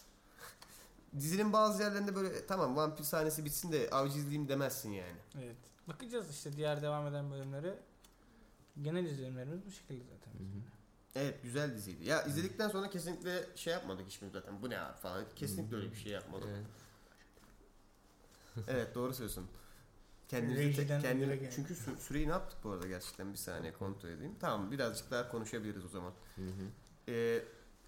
Dizinin bazı yerlerinde böyle tamam vampir sahnesi bitsin de avcı izleyeyim demezsin yani. Evet. Bakacağız işte diğer devam eden bölümlere. Genel izlenimlerimiz bu şekilde zaten. Evet, güzel diziydi. Ya izledikten sonra kesinlikle şey yapmadık hiçbirimiz zaten. Bu ne abi falan. Kesinlikle öyle bir şey yapmadık. Evet. Evet, doğru söylüyorsun. Rejiden ödüle geldi. Çünkü süreyi ne yaptık bu arada gerçekten, bir saniye kontrol edeyim. Tamam, birazcık daha konuşabiliriz o zaman. Evet.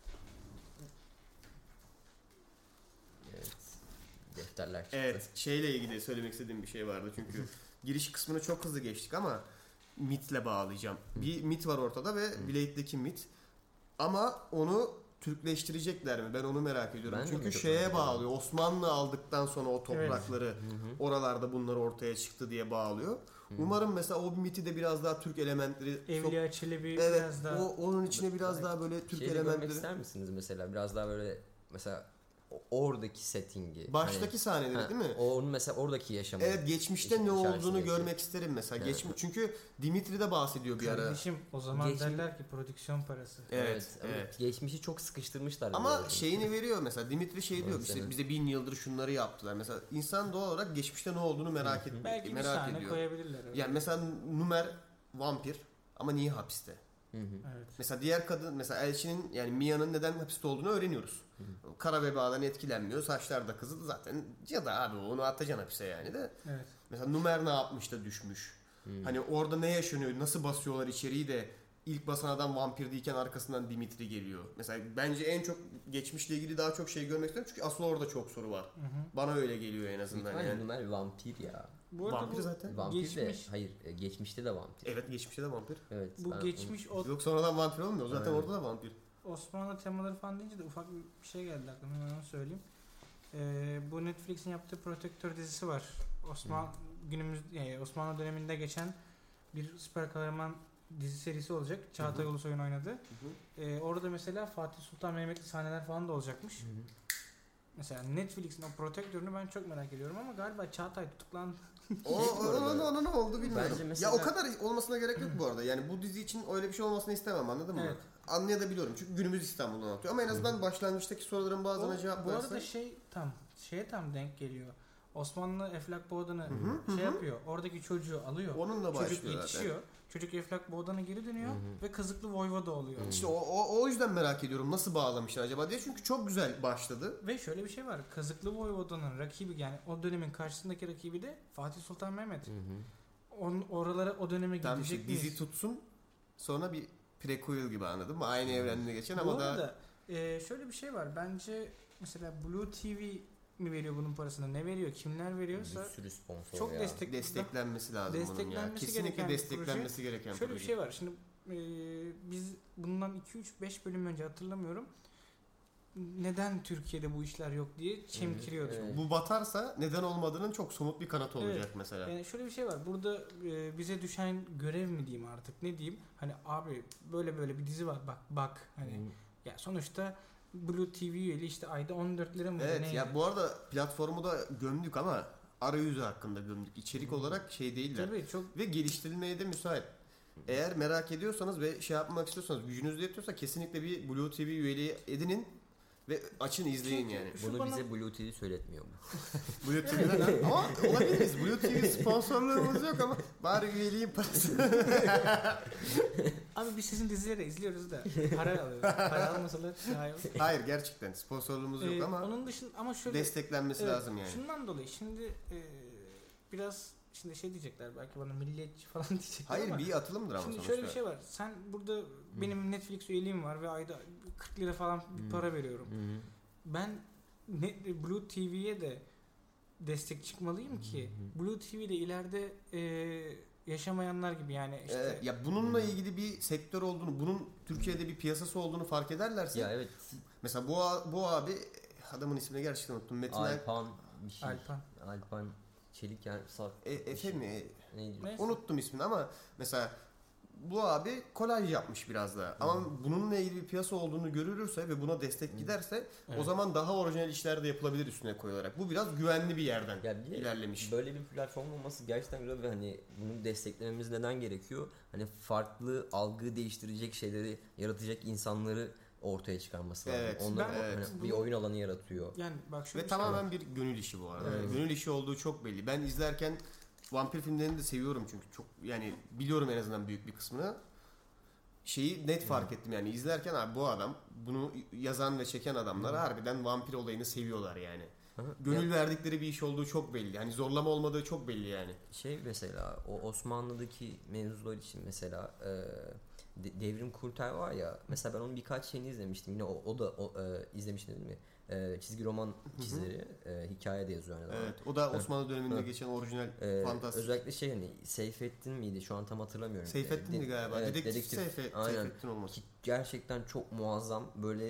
Defterler çıktı. Evet, şeyle ilgili söylemek istediğim bir şey vardı çünkü giriş kısmını çok hızlı geçtik ama mitle bağlayacağım. Bir mit var ortada ve Blade'deki mit. Ama onu Türkleştirecekler mi? Ben onu merak ediyorum. Ben de Çünkü çok şeye merak bağlıyor. Osmanlı aldıktan sonra o toprakları oralarda bunlar ortaya çıktı diye bağlıyor. Umarım mesela o miti de biraz daha Türk elementleri Evliya Çelebi evet, biraz daha onun içine biraz daha böyle Türk Şeyi de görmek elementleri. ister misiniz mesela? Biraz daha böyle mesela oradaki settingi. Baştaki hani, sahneleri değil mi? Onun mesela oradaki yaşamı. Evet, geçmişte ne olduğunu içerisindeki. görmek isterim mesela. Evet. Çünkü Dimitri de bahsediyor bir ara. kardeşim o zaman Geçmi- derler ki prodüksiyon parası. Evet. Geçmişi çok sıkıştırmışlar. Ama böyle. şeyini veriyor mesela. Dimitri şey diyor Evet, işte evet. bize 1000 yıldır şunları yaptılar. Mesela insan doğal olarak geçmişte ne olduğunu merak Belki bir merak sahne ediyor. koyabilirler. öyle. Yani mesela Numer vampir ama niye hapiste? Evet. Mesela diğer kadın mesela Elçinin yani Mia'nın neden hapiste olduğunu öğreniyoruz. Kara vebadan etkilenmiyor. Saçlar da kızıl zaten cadı abi, onu atacaksın hapise yani de. Evet. Mesela Numer ne yapmış da düşmüş. Hani orada ne yaşanıyor, nasıl basıyorlar içeriği de ilk basan adam vampir değilken arkasından Dimitri geliyor. Mesela bence en çok geçmişle ilgili daha çok şey görmek istiyorum çünkü asıl orada çok soru var. Bana öyle geliyor en azından Yani yani. Numer vampir ya. Bu arada Vampir bu zaten. Vampir geçmiş- de hayır geçmişte de vampir. Evet, geçmişte de vampir. Evet. bu ben geçmiş o Yok, sonradan vampir olmuyor. Zaten Aynen. orada da vampir. Osmanlı temaları falan deyince de ufak bir şey geldi aklıma, hemen onu söyleyeyim. Bu Netflix'in yaptığı Protector dizisi var. Osmanlı döneminde geçen bir süper kahraman dizi serisi olacak. Çağatay Ulusoy'un oynadığı. Orada mesela Fatih Sultan Mehmet'li sahneler falan da olacakmış. Mesela Netflix'in o Protector'unu ben çok merak ediyorum ama galiba Çağatay tutuklandı. Ona ne oldu bilmiyorum. Bence mesela- Ya o kadar olmasına gerek yok bu arada. Yani bu dizi için öyle bir şey olmasını istemem, anladın mı? Evet. Anlayabiliyorum çünkü günümüz İstanbul'dan anlatıyor. Ama en azından başlangıçtaki soruların bazılarına cevap Bu verse. arada şeye tam denk geliyor. Osmanlı Eflak Boğdan'ı yapıyor. Oradaki çocuğu alıyor. Onunla Çocuk başlıyor yetişiyor. Çocuk Eflak Boğdan'a geri dönüyor ve Kazıklı Voyvoda oluyor. İşte o yüzden merak ediyorum nasıl bağlamışlar acaba diye, çünkü çok güzel başladı. Ve şöyle bir şey var. Kazıklı Voyvoda'nın rakibi, yani o dönemin karşısındaki rakibi de Fatih Sultan Mehmet. Oralara o döneme Tam gidecek işte miyiz? dizi tutsun, sonra bir prequel gibi, anladın mı? Aynı evrende geçen Bu ama daha arada şöyle bir şey var. Bence mesela Blue TV mi veriyor bunun parasını? Ne veriyor? Kimler veriyorsa Bir sürü sponsor çok ya. desteklenmesi lazım bunun ya. Desteklenmesi Kesinlikle gereken bir desteklenmesi gereken şöyle bir proje. şey var. Şimdi biz bundan 2-3-5 bölüm önce hatırlamıyorum. Neden Türkiye'de bu işler yok diye çemkiriyorduk. Evet. Bu batarsa neden olmadığının çok somut bir kanıtı olacak Evet. mesela. Yani şöyle bir şey var. Burada bize düşen görev mi diyeyim artık, ne diyeyim? Hani abi böyle bir dizi var. Bak hani ya sonuçta Blue TV üyeli işte ayda 14 lira mı? Evet ne? ya, bu arada platformu da gömdük ama arayüzü hakkında gömdük. İçerik olarak şey değiller. Tabii çok Ve geliştirilmeye de müsait. Eğer merak ediyorsanız ve şey yapmak istiyorsanız, gücünüz yetiyorsa kesinlikle bir Blue TV üyeliği edinin ve açın, izleyin Çünkü yani. şu Bunu bana- bize Blue TV söyletmiyor mu? Blue TV'den ama olabiliriz. Blue TV sponsorluğumuz yok ama bari üyeliğin parası. Abi biz sizin dizileri izliyoruz da para alıyoruz. Para almasalar daha iyi olur. Hayır, gerçekten sponsorluğumuz yok ama Onun dışında ama şöyle desteklenmesi evet, lazım yani. şundan dolayı şimdi biraz şimdi şey diyecekler belki bana, milliyetçi falan diyecekler Hayır, ama bir atılımdır ama şimdi sonuçta. şöyle bir şey var. Sen burada benim Netflix üyeliğim var ve ayda 40 lira falan bir para veriyorum. Ben Blue TV'ye de destek çıkmalıyım ki Blue TV'de ileride yaşamayanlar gibi, yani işte Ya bununla ilgili bir sektör olduğunu, bunun Türkiye'de bir piyasası olduğunu fark ederlerse, Ya evet. mesela bu abi, adamın ismini gerçekten unuttum. Metin Alpan bir şey. Alpan. Çelik yani Efe mi? neydi? Neyse. Unuttum ismini ama mesela bu abi kolaj yapmış biraz da. Ama bununla ilgili bir piyasa olduğunu görülürse ve buna destek giderse o Evet. zaman daha orijinal işler de yapılabilir üstüne koyularak. Bu biraz güvenli bir yerden Ya bir de ilerlemiş. böyle bir platform olması gerçekten güzel ve hani bunu desteklememiz neden gerekiyor? Hani farklı algı değiştirecek şeyleri yaratacak insanları ortaya çıkarması lazım. Evet, Onlar evet. hani bir oyun alanı yaratıyor. Yani bak şöyle Ve bir şey tamamen var. bir gönül işi bu arada. Evet. Gönül işi olduğu çok belli. Ben izlerken vampir filmlerini de seviyorum çünkü çok, yani biliyorum en azından büyük bir kısmını. Şeyi net fark ettim yani izlerken, abi bu adam, bunu yazan ve çeken adamlar harbiden vampir olayını seviyorlar yani. Gönül verdikleri bir iş olduğu çok belli. Hani zorlama olmadığı çok belli yani. Şey mesela o Osmanlı'daki mevzular için mesela Devrim Kurtel var ya, mesela ben onun birkaç şeyini izlemiştim. Yine o da izlemiştin değil mi? Çizgi roman çizeri, hikaye de yazıyor aynı zamanda. Evet, o da Osmanlı döneminde geçen orijinal fantastik. Özellikle şey hani Seyfettin miydi? Şu an tam hatırlamıyorum. Seyfettin'di galiba. Evet, Dedektif Aynen. Seyfettin olması. Ki gerçekten çok muazzam, böyle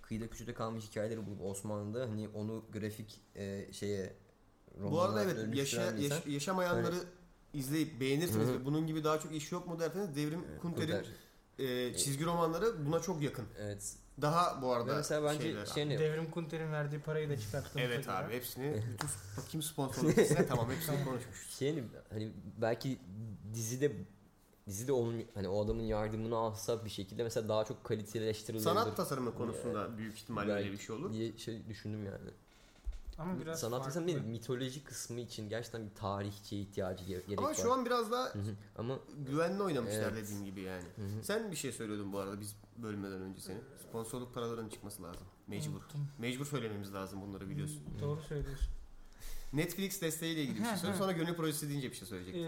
kıyıda köşede kalmış hikayeleri bulup Osmanlı'da hani onu grafik şeye Bu arada romana evet dönüştüren yaşamayanları izleyip beğenirseniz Hı. ve bunun gibi daha çok iş yok mu derseniz Devrim Kunter'in Kunter. çizgi romanları buna çok yakın. Evet. Daha bu arada Ve mesela bence şeyler. şey Devrim Kunter'in verdiği parayı da çıkarttığımıza Evet göre. abi hepsini bütün bakayım sponsorluk listesine tamam hepsini konuşmuşuz. hani belki dizide onun hani o adamın yardımını alsa bir şekilde mesela daha çok kaliteleştirilebilir. Sanat tasarımı konusunda büyük ihtimalle öyle bir şey olur. diye düşündüm yani. Ama biraz Sanat farklı. tasarımı değil, mitoloji kısmı için gerçekten bir tarihçiye ihtiyacı gerek Ama var. şu an biraz daha Hı hı. Ama güvenli oynamışlar Evet. dediğin gibi yani. Hı hı. Sen bir şey söylüyordun bu arada biz bölmeden önce senin. Sponsorluk paralarının çıkması lazım. Mecbur. Unuttum. Mecbur söylememiz lazım bunları biliyorsun. Doğru söylüyorsun. Netflix desteğiyle ilgili bir şey söyle. Sonra gönül projesi deyince bir şey söyleyecektim.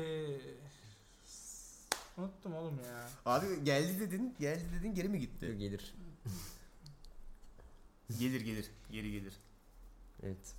Unuttum oğlum ya. Abi geldi dedin geri mi gitti? gelir. Gelir. Geri gelir. Evet.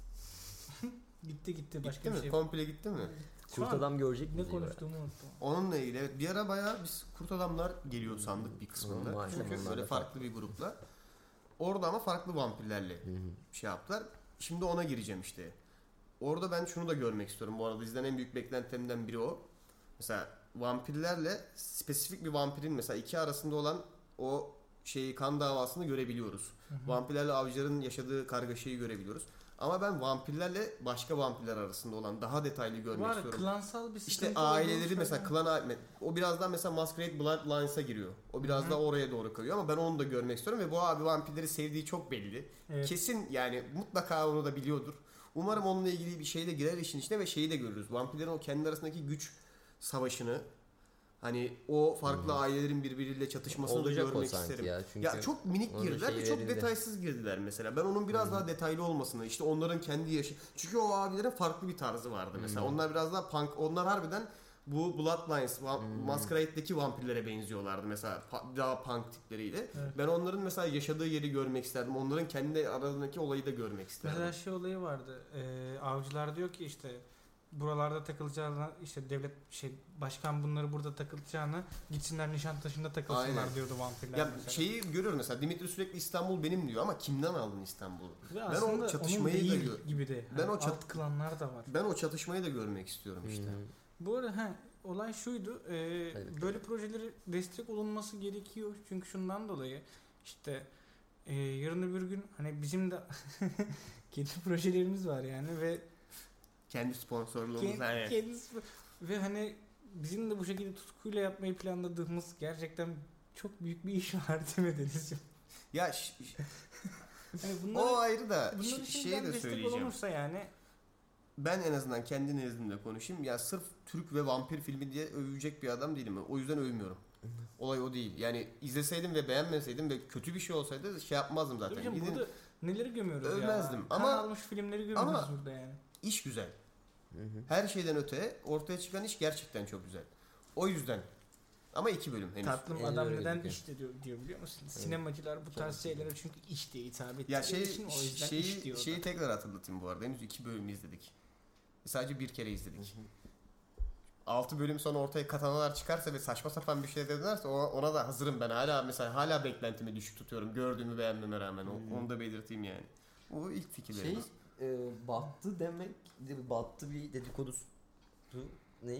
Gitti başka Gitti bir mi? şey. Komple gitti mi? Şu Kurt an adam görecek ne miyiz? konuştuğumu unuttum. Onunla ilgili evet bir ara bayağı biz kurt adamlar geliyor sandık bir kısmında. Maalesef Çünkü onlar böyle da farklı bir grupla. Orada ama farklı vampirlerle şey yaptılar. Şimdi ona gireceğim işte. Orada ben şunu da görmek istiyorum. Bu arada diziden en büyük beklentilerimden biri o. Mesela vampirlerle spesifik bir vampirin mesela iki arasında olan o kan davasını görebiliyoruz. Vampirlerle avcıların yaşadığı kargaşayı görebiliyoruz. Ama ben vampirlerle başka vampirler arasında olan daha detaylı görmek Var istiyorum. klansal bir sıkıntı. İşte aileleri mesela o biraz daha mesela Masquerade Bloodlines'a giriyor. O biraz daha oraya doğru kayıyor ama ben onu da görmek istiyorum ve bu abi vampirleri sevdiği çok belli. Evet. Kesin yani mutlaka onu da biliyordur. Umarım onunla ilgili bir şey de girer işin içine ve şeyi de görürüz. Vampirlerin o kendi arasındaki güç savaşını hani o farklı ailelerin birbiriyle çatışmasını Olacak da o görmek sanki isterim. ya. Çünkü Ya çok minik onun girdiler ve şeyi çok verildi. detaysız girdiler mesela. Ben onun biraz daha detaylı olmasını, işte onların kendi yaşı. Çünkü o abilerin farklı bir tarzı vardı mesela. Onlar biraz daha punk, onlar harbiden bu Bloodlines, Masquerade'deki vampirlere benziyorlardı mesela. Daha punk tipleriyle. Evet. Ben onların mesela yaşadığı yeri görmek isterdim. Onların kendi aralarındaki olayı da görmek isterdim. Mesela şey olayı vardı. Avcılar diyor ki işte buralarda takılacağına işte devlet başkan bunları burada takılacağına gitsinler Nişantaşı'nda takılsınlar Aynen. diyordu vampirler Ya mesela. şeyi görüyorum mesela Dimitri sürekli İstanbul benim diyor ama kimden aldın İstanbul'u? Ve Ben aslında o çatışmayı onun da değil gibi de. Ben o alt klanlar da var. Ben o çatışmayı da görmek istiyorum işte. Bu arada olay şuydu. Hadi Böyle projeleri destek olunması gerekiyor. Çünkü şundan dolayı işte yarın öbür gün hani bizim de kendi projelerimiz var yani ve Kendi sponsorluğumuz yani. kendisi ve hani bizim de bu şekilde tutkuyla yapmayı planladığımız gerçekten çok büyük bir iş var demediniz. Ya Yani o ayrı da bunların şeyi şimdiden de destek söyleyeceğim. olunursa yani Ben en azından kendi nezdimde konuşayım. Ya sırf Türk ve vampir filmi diye övecek bir adam değilim. O yüzden övmüyorum. Olay o değil. Yani izleseydim ve beğenmeseydim ve kötü bir şey olsaydı şey yapmazdım zaten. hocam Gidin, burada neleri gömüyoruz Övmezdim ya. ama- Kan almış filmleri gömüyoruz ama- burada yani. iş güzel. Her şeyden öte ortaya çıkan iş gerçekten çok güzel. O yüzden. Ama 2 bölüm henüz. Tatlım En adam öyle neden gözüküyor. iş diyor biliyor musun? Sinemacılar bu tarz şeylere çünkü iş diye hitap ettiği Ya için o yüzden iş diyorlar. şeyi tekrar hatırlatayım bu arada. Henüz 2 bölüm izledik. Sadece bir kere izledik. 6 bölüm sonra ortaya katanalar çıkarsa ve saçma sapan bir şey dedilerse ona da hazırım ben. Hala beklentimi düşük tutuyorum. Gördüğümü beğenmeme rağmen. Onu da belirteyim yani. Bu ilk fikirlerimiz. Battı demek battı bir dedikodusu ne?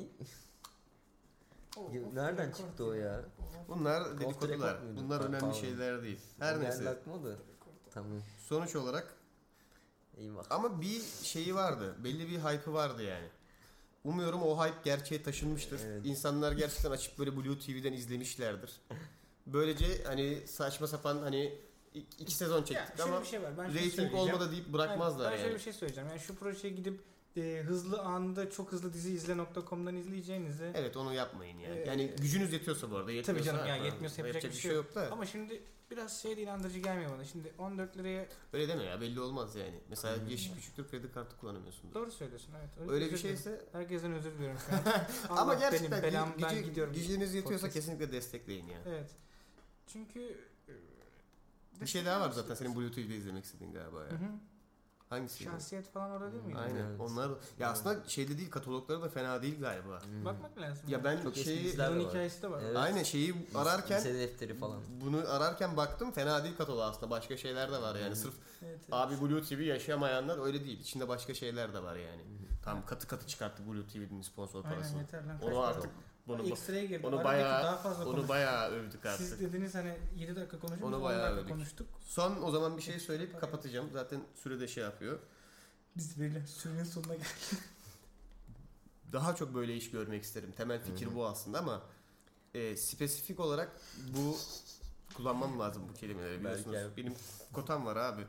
Nereden çıktı o ya? Bunlar dedikodular. Record muydu? Bunlar önemli Pardon. şeyler değil. Her Geldi neyse. aklıma da. Tamam. Sonuç olarak Eyvah. ama bir şeyi vardı. Belli bir hype'ı vardı yani. Umuyorum o hype gerçeğe taşınmıştır. Evet. İnsanlar gerçekten açıp böyle Blue TV'den izlemişlerdir. Böylece hani saçma sapan hani 2 sezon Ya çektik şöyle ama bir şey var. Ben şunu rating söyleyeceğim. olmadı deyip bırakmazlar Ben şöyle yani. bir şey söyleyeceğim. Yani şu projeye gidip hızlı anında çok hızlı dizi izle.com'dan izleyeceğinize Evet onu yapmayın yani. Ee, Yani gücünüz yetiyorsa bu arada. Yetmiyorsa, tabii canım yani ha, yetmiyorsa yapacak bir şey yok da. ama şimdi biraz şey inandırıcı gelmiyor bana. Şimdi 14 liraya Öyle deme ya belli olmaz yani. Mesela yaşı küçüktür kredi kartı kullanamıyorsundur. doğru söylüyorsun evet. Öyle bir özür dilerim. şeyse Herkesten özür diliyorum şu an. ama Allah gerçekten benim belamdan gidiyorum. gücünüz yetiyorsa Podcast. kesinlikle destekleyin ya. Evet. Çünkü Bir şey daha var zaten senin Blue TV'de izlemek istediğin galiba ya. Hı hı. Hangisi? Şahsiyet falan orada değil miydi? Aynen. Evet. Onlar ya aslında şeyde değil, katalogları da fena değil galiba. Bakmak lazım. Ya ben Çok eski şeyi diziler de Yılın var. hikayesi de var. Evet. aynen şeyi ararken Lise defteri falan. bunu ararken baktım, fena değil kataloğu aslında. Başka şeyler de var yani. Sırf Evet, evet. abi Blue TV yaşayamayanlar öyle değil. İçinde başka şeyler de var yani. Tam katı katı çıkarttı Blue TV'nin sponsor Aynen parasını. yeter lan. Onu artık bunu Ekstraya girdi. onu Aradaki bayağı daha fazla onu konuştuk. bayağı övdük artık. Siz dediniz hani 7 dakika konuştuk. Onu 10 bayağı dakika övdük. konuştuk. Son o zaman bir şey söyleyip kapatacağım. Zaten sürede şey yapıyor. Biz böyle sürenin sonuna geldik. Daha çok böyle iş görmek isterim. Temel fikir bu aslında ama spesifik olarak bu kullanmam lazım bu kelimeleri biliyorsunuz. Belki. Benim kotam var abi.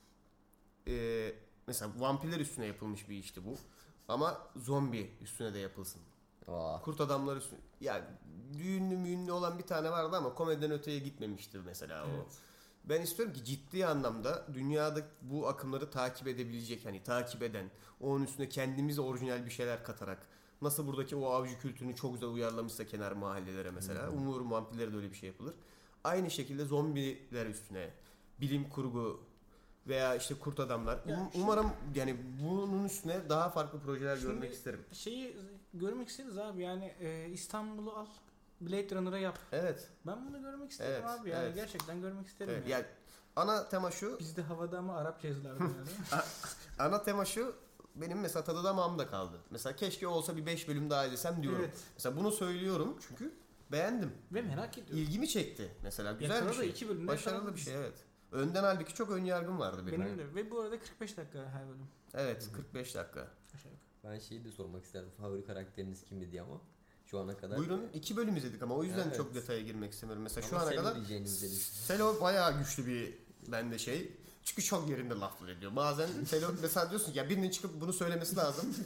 Mesela vampirler üstüne yapılmış bir işti bu. Ama zombi üstüne de yapılsın. Aa. Kurt adamlar üstüne. Ya düğünlü olan bir tane vardı ama komediden öteye gitmemiştir mesela o. Evet. Ben istiyorum ki ciddi anlamda dünyada bu akımları takip edebilecek, hani takip eden, onun üstüne kendimiz orijinal bir şeyler katarak, nasıl buradaki o avcı kültürünü çok güzel uyarlamışsa kenar mahallelere mesela, umuyorum vampirlere de öyle bir şey yapılır. Aynı şekilde zombiler üstüne, bilim kurgu veya işte kurt adamlar. Ya Umarım yani bunun üstüne daha farklı projeler Şimdi- görmek isterim. Şeyi görmek isteriz abi yani İstanbul'u al. Blade Runner'a yap. Evet. Ben bunu görmek isterim Evet, abi yani evet. gerçekten görmek isterim. Evet. Yani. Yani ana tema şu, Bizde havada ama Arapça yazılardı yani. ana tema şu. Benim mesela tadı damağımda kaldı. Mesela keşke olsa bir 5 bölüm daha izlesem diyorum. Evet. Mesela bunu söylüyorum çünkü beğendim. Ve merak ediyorum. İlgimi çekti mesela. Güzel Yakında bir da şey. 2 bölümde Başarılı falan bir şey, evet. Önden halbuki çok ön yargım vardı benim. Benim de. Ve bu arada 45 dakika her bölüm. Evet, 45 dakika. Aşağı yukarı. Ben şeyi de sormak isterdim. Favori karakteriniz kimdi diye ama şu ana kadar. Buyurun, 2 bölüm izledik ama o yüzden Evet. çok detaya girmek istemiyorum. Mesela şu Ama ana Selo kadar diyeceğinizi dedim. Selo bayağı güçlü bir bende şey. Çünkü çok yerinde laflar ediyor. Bazen Selo mesela diyorsun ki ya birinin çıkıp bunu söylemesi lazım.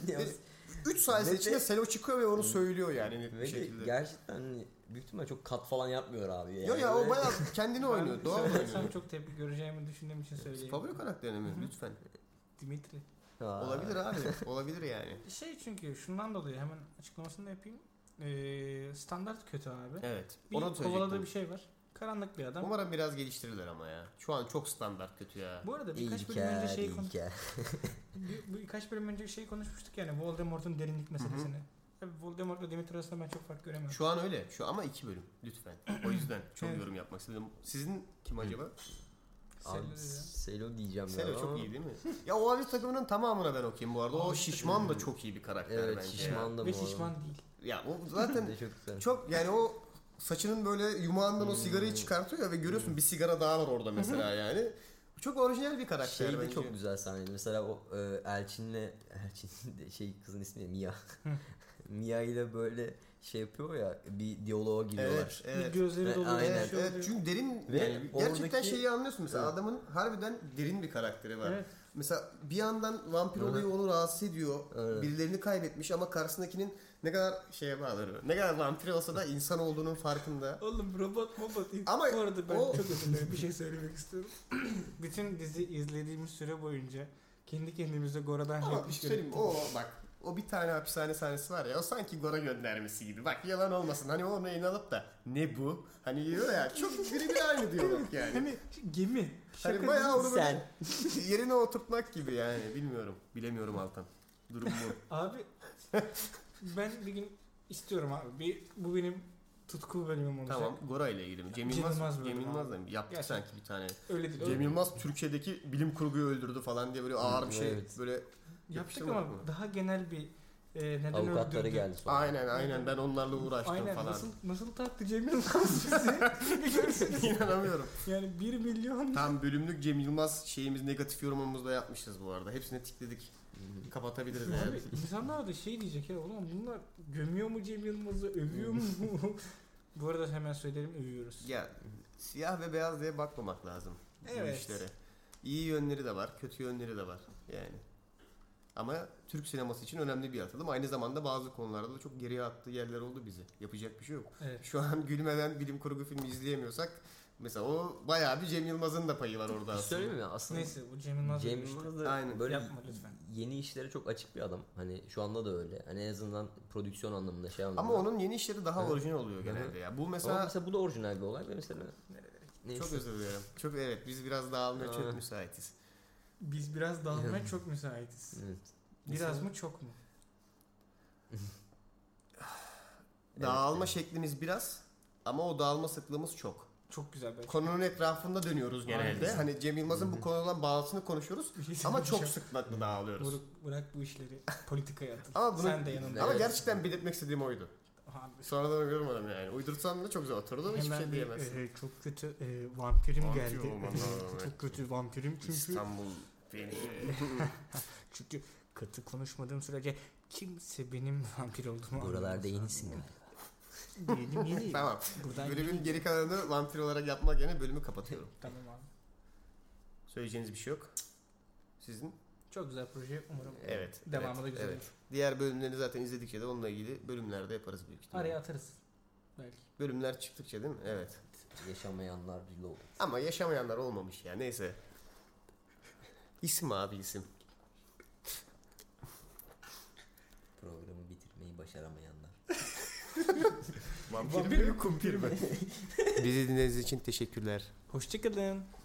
3 saniye Ve de- içinde Selo çıkıyor ve onu söylüyor yani net bir Ve de şekilde. gerçekten hani büyük ihtimal çok kat falan yapmıyor abi. Yani. Yo ya o Böyle- bayağı kendini oynuyor. Ben Doğal söylersem oynuyor. çok tepki göreceğimi düşündüğüm için söyleyeyim. Favori karakterini mi? Lütfen. Dimitri. Ha. Olabilir abi. Olabilir yani. Çünkü şundan dolayı hemen açıklamasını da yapayım. Standart kötü abi. Evet. Bir Onu kovaladığı söyleyecektim. bir şey var. Karanlık bir adam. Umarım biraz geliştirirler ama ya. Şu an çok standart kötü ya. Bu arada birkaç bölüm önce İlker. birkaç bölüm önce konuşmuştuk yani Voldemort'un derinlik meselesini. Tabii Voldemort'la Dimitri arasında ben çok fark göremiyorum. Şu an öyle. Ama 2 bölüm. Lütfen. O yüzden çok Evet. yorum yapmak istedim. Sizin kim acaba? Abi Selo ya. Selo diyeceğim Selo ya. çok ama- iyi değil mi? Ya o abi takımının tamamını ben okuyayım bu arada. O Abi, şişman da çok iyi bir karakter Evet bence. şişman da Ve bu arada. şişman değil. Ya o zaten De çok güzel. çok yani o saçının böyle yumağından o sigarayı çıkartıyor ya ve görüyorsun bir sigara daha var orada mesela yani. Çok orijinal bir karakter Şey de bence. çok güzel sahneydi. Mesela o Elçin de şey kızın ismi ne? Mia. Mia ile böyle şey yapıyor ya bir diyaloğa giriyorlar. Evet, evet. Gözleri dolu. Aynen. Evet, şey evet. oluyor. Çünkü derin Ve yani gerçekten oradaki- şeyi anlıyorsun mesela Evet. adamın harbiden derin bir karakteri var. Evet. Mesela bir yandan vampir Hı hı. olayı onu rahatsız ediyor. Evet. Birilerini kaybetmiş ama karşısındakinin ne kadar şeye bağlı. Ne kadar vampir olsa da insan olduğunun farkında. Oğlum robot. Ama Bu arada ben o- çok özür dilerim bir şey söylemek istiyorum. Bütün dizi izlediğimiz süre boyunca kendi kendimize Gora'dan Ama bir yapmış şey söyleyeyim mi? O bak o bir tane hapishane sahnesi var ya o sanki Gora göndermesi gibi. Bak yalan olmasın hani ona inanıp da ne bu? Hani diyor ya çok birebir aynı diyalog yani. Hani gemi. Hani Şaka bayağı değil. onu böyle yerine oturtmak gibi yani bilmiyorum. Bilemiyorum Altan. Durum bu. Abi ben bir gün istiyorum abi. Bu benim tutku bölümüm olacak. Tamam Gora ile ilgili mi? Cem Cem Yılmaz, Yılmaz Cem bölümü Yılmaz abi. da mı? Yaptık Gerçekten. sanki bir tane. Öyle değil. Cem öyle. Yılmaz Türkiye'deki bilim kurguyu öldürdü falan diye böyle ağır bir şey Evet. böyle Yaptık yapıştırmadık ama mı? daha genel bir neden Avukatları öldürdü. geldi sonra. Aynen ben onlarla uğraştım Aynen falan. nasıl taktı Cem Yılmaz bizi? İnanamıyorum. Yani 1 milyon. Tam bölümlük Cem Yılmaz şeyimiz negatif yorumumuzu da yapmışız bu arada. Hepsini tikledik. Kapatabiliriz yani. Abi insanlar da şey diyecek ya oğlum bunlar gömüyor mu Cem Yılmaz'ı övüyor mu? Bu arada hemen söyleyelim övüyoruz. Ya siyah ve beyaz diye bakmamak lazım bu Evet. işlere. İyi yönleri de var, kötü yönleri de var yani. Ama Türk sineması için önemli bir atılım. Aynı zamanda bazı konularda da çok geriye attığı yerler oldu bizi. Yapacak bir şey yok. Evet. Şu an gülmeden bilim kurgu filmi izleyemiyorsak mesela o bayağı bir Cem Yılmaz'ın da payı var orada Bir aslında. söyleyeyim mi? Aslında Neyse bu Cem Yılmaz Cem demişti. Yılmaz da Aynen. böyle Yapma lütfen. yeni işlere çok açık bir adam. Hani şu anda da öyle. Hani en azından prodüksiyon anlamında şey anlamında. Ama onun yeni işleri daha Evet. orijinal oluyor genelde ya. Bu Ama mesela mesela bu da orijinal bir olay ve mesela neyse. çok özür dilerim. Çok evet biz biraz dağılmaya çok Aa. müsaitiz. Biz biraz dağılmaya çok müsaitiz. Evet. Biraz mı çok mu? Dağılma Evet. şeklimiz biraz ama o dağılma sıklığımız çok. Çok güzel bence. Konunun etrafında dönüyoruz genelde. Aynen. Hani Cem Yılmaz'ın bu konuyla olan bağlantısını konuşuyoruz Bir şey ama çok söyleyeceğim. sıklıkla dağılıyoruz. Moruk, bırak bu işleri. Politikaya atıl. Ama bunu- Sen de yanında. Ama Evet. gerçekten belirtmek istediğim oydu. Abi, Sonradan uydurmadım yani. Uydursam da çok güzel oturdu ama hiçbir hemen şey diyemezsin. çok kötü vampirim Vampir geldi. olman lazım, evet. Çok kötü vampirim çünkü. İstanbul beni. Çünkü katı konuşmadığım sürece kimse benim vampir olduğumu Buralarda anlamaz. yenisin galiba. Yedim yeni. Tamam. Buradan Bölümün yeni- geri kalanını vampir olarak yapmak yerine bölümü kapatıyorum. Tamam abi. Söyleyeceğiniz bir şey yok. Sizin? Çok güzel proje. Umarım Evet. devamı evet, da güzel evet. olur. Diğer bölümleri zaten izledikçe de onunla ilgili bölümlerde yaparız büyük ihtimalle. Araya atarız. Belki. Bölümler çıktıkça değil mi? Evet. Yaşamayanlar reload. Ama yaşamayanlar olmamış ya. Neyse. İsim abi isim. Programı bitirmeyi başaramayanlar. Vampir mi kumpir mi? Bizi dinlediğiniz için teşekkürler. Hoşçakalın.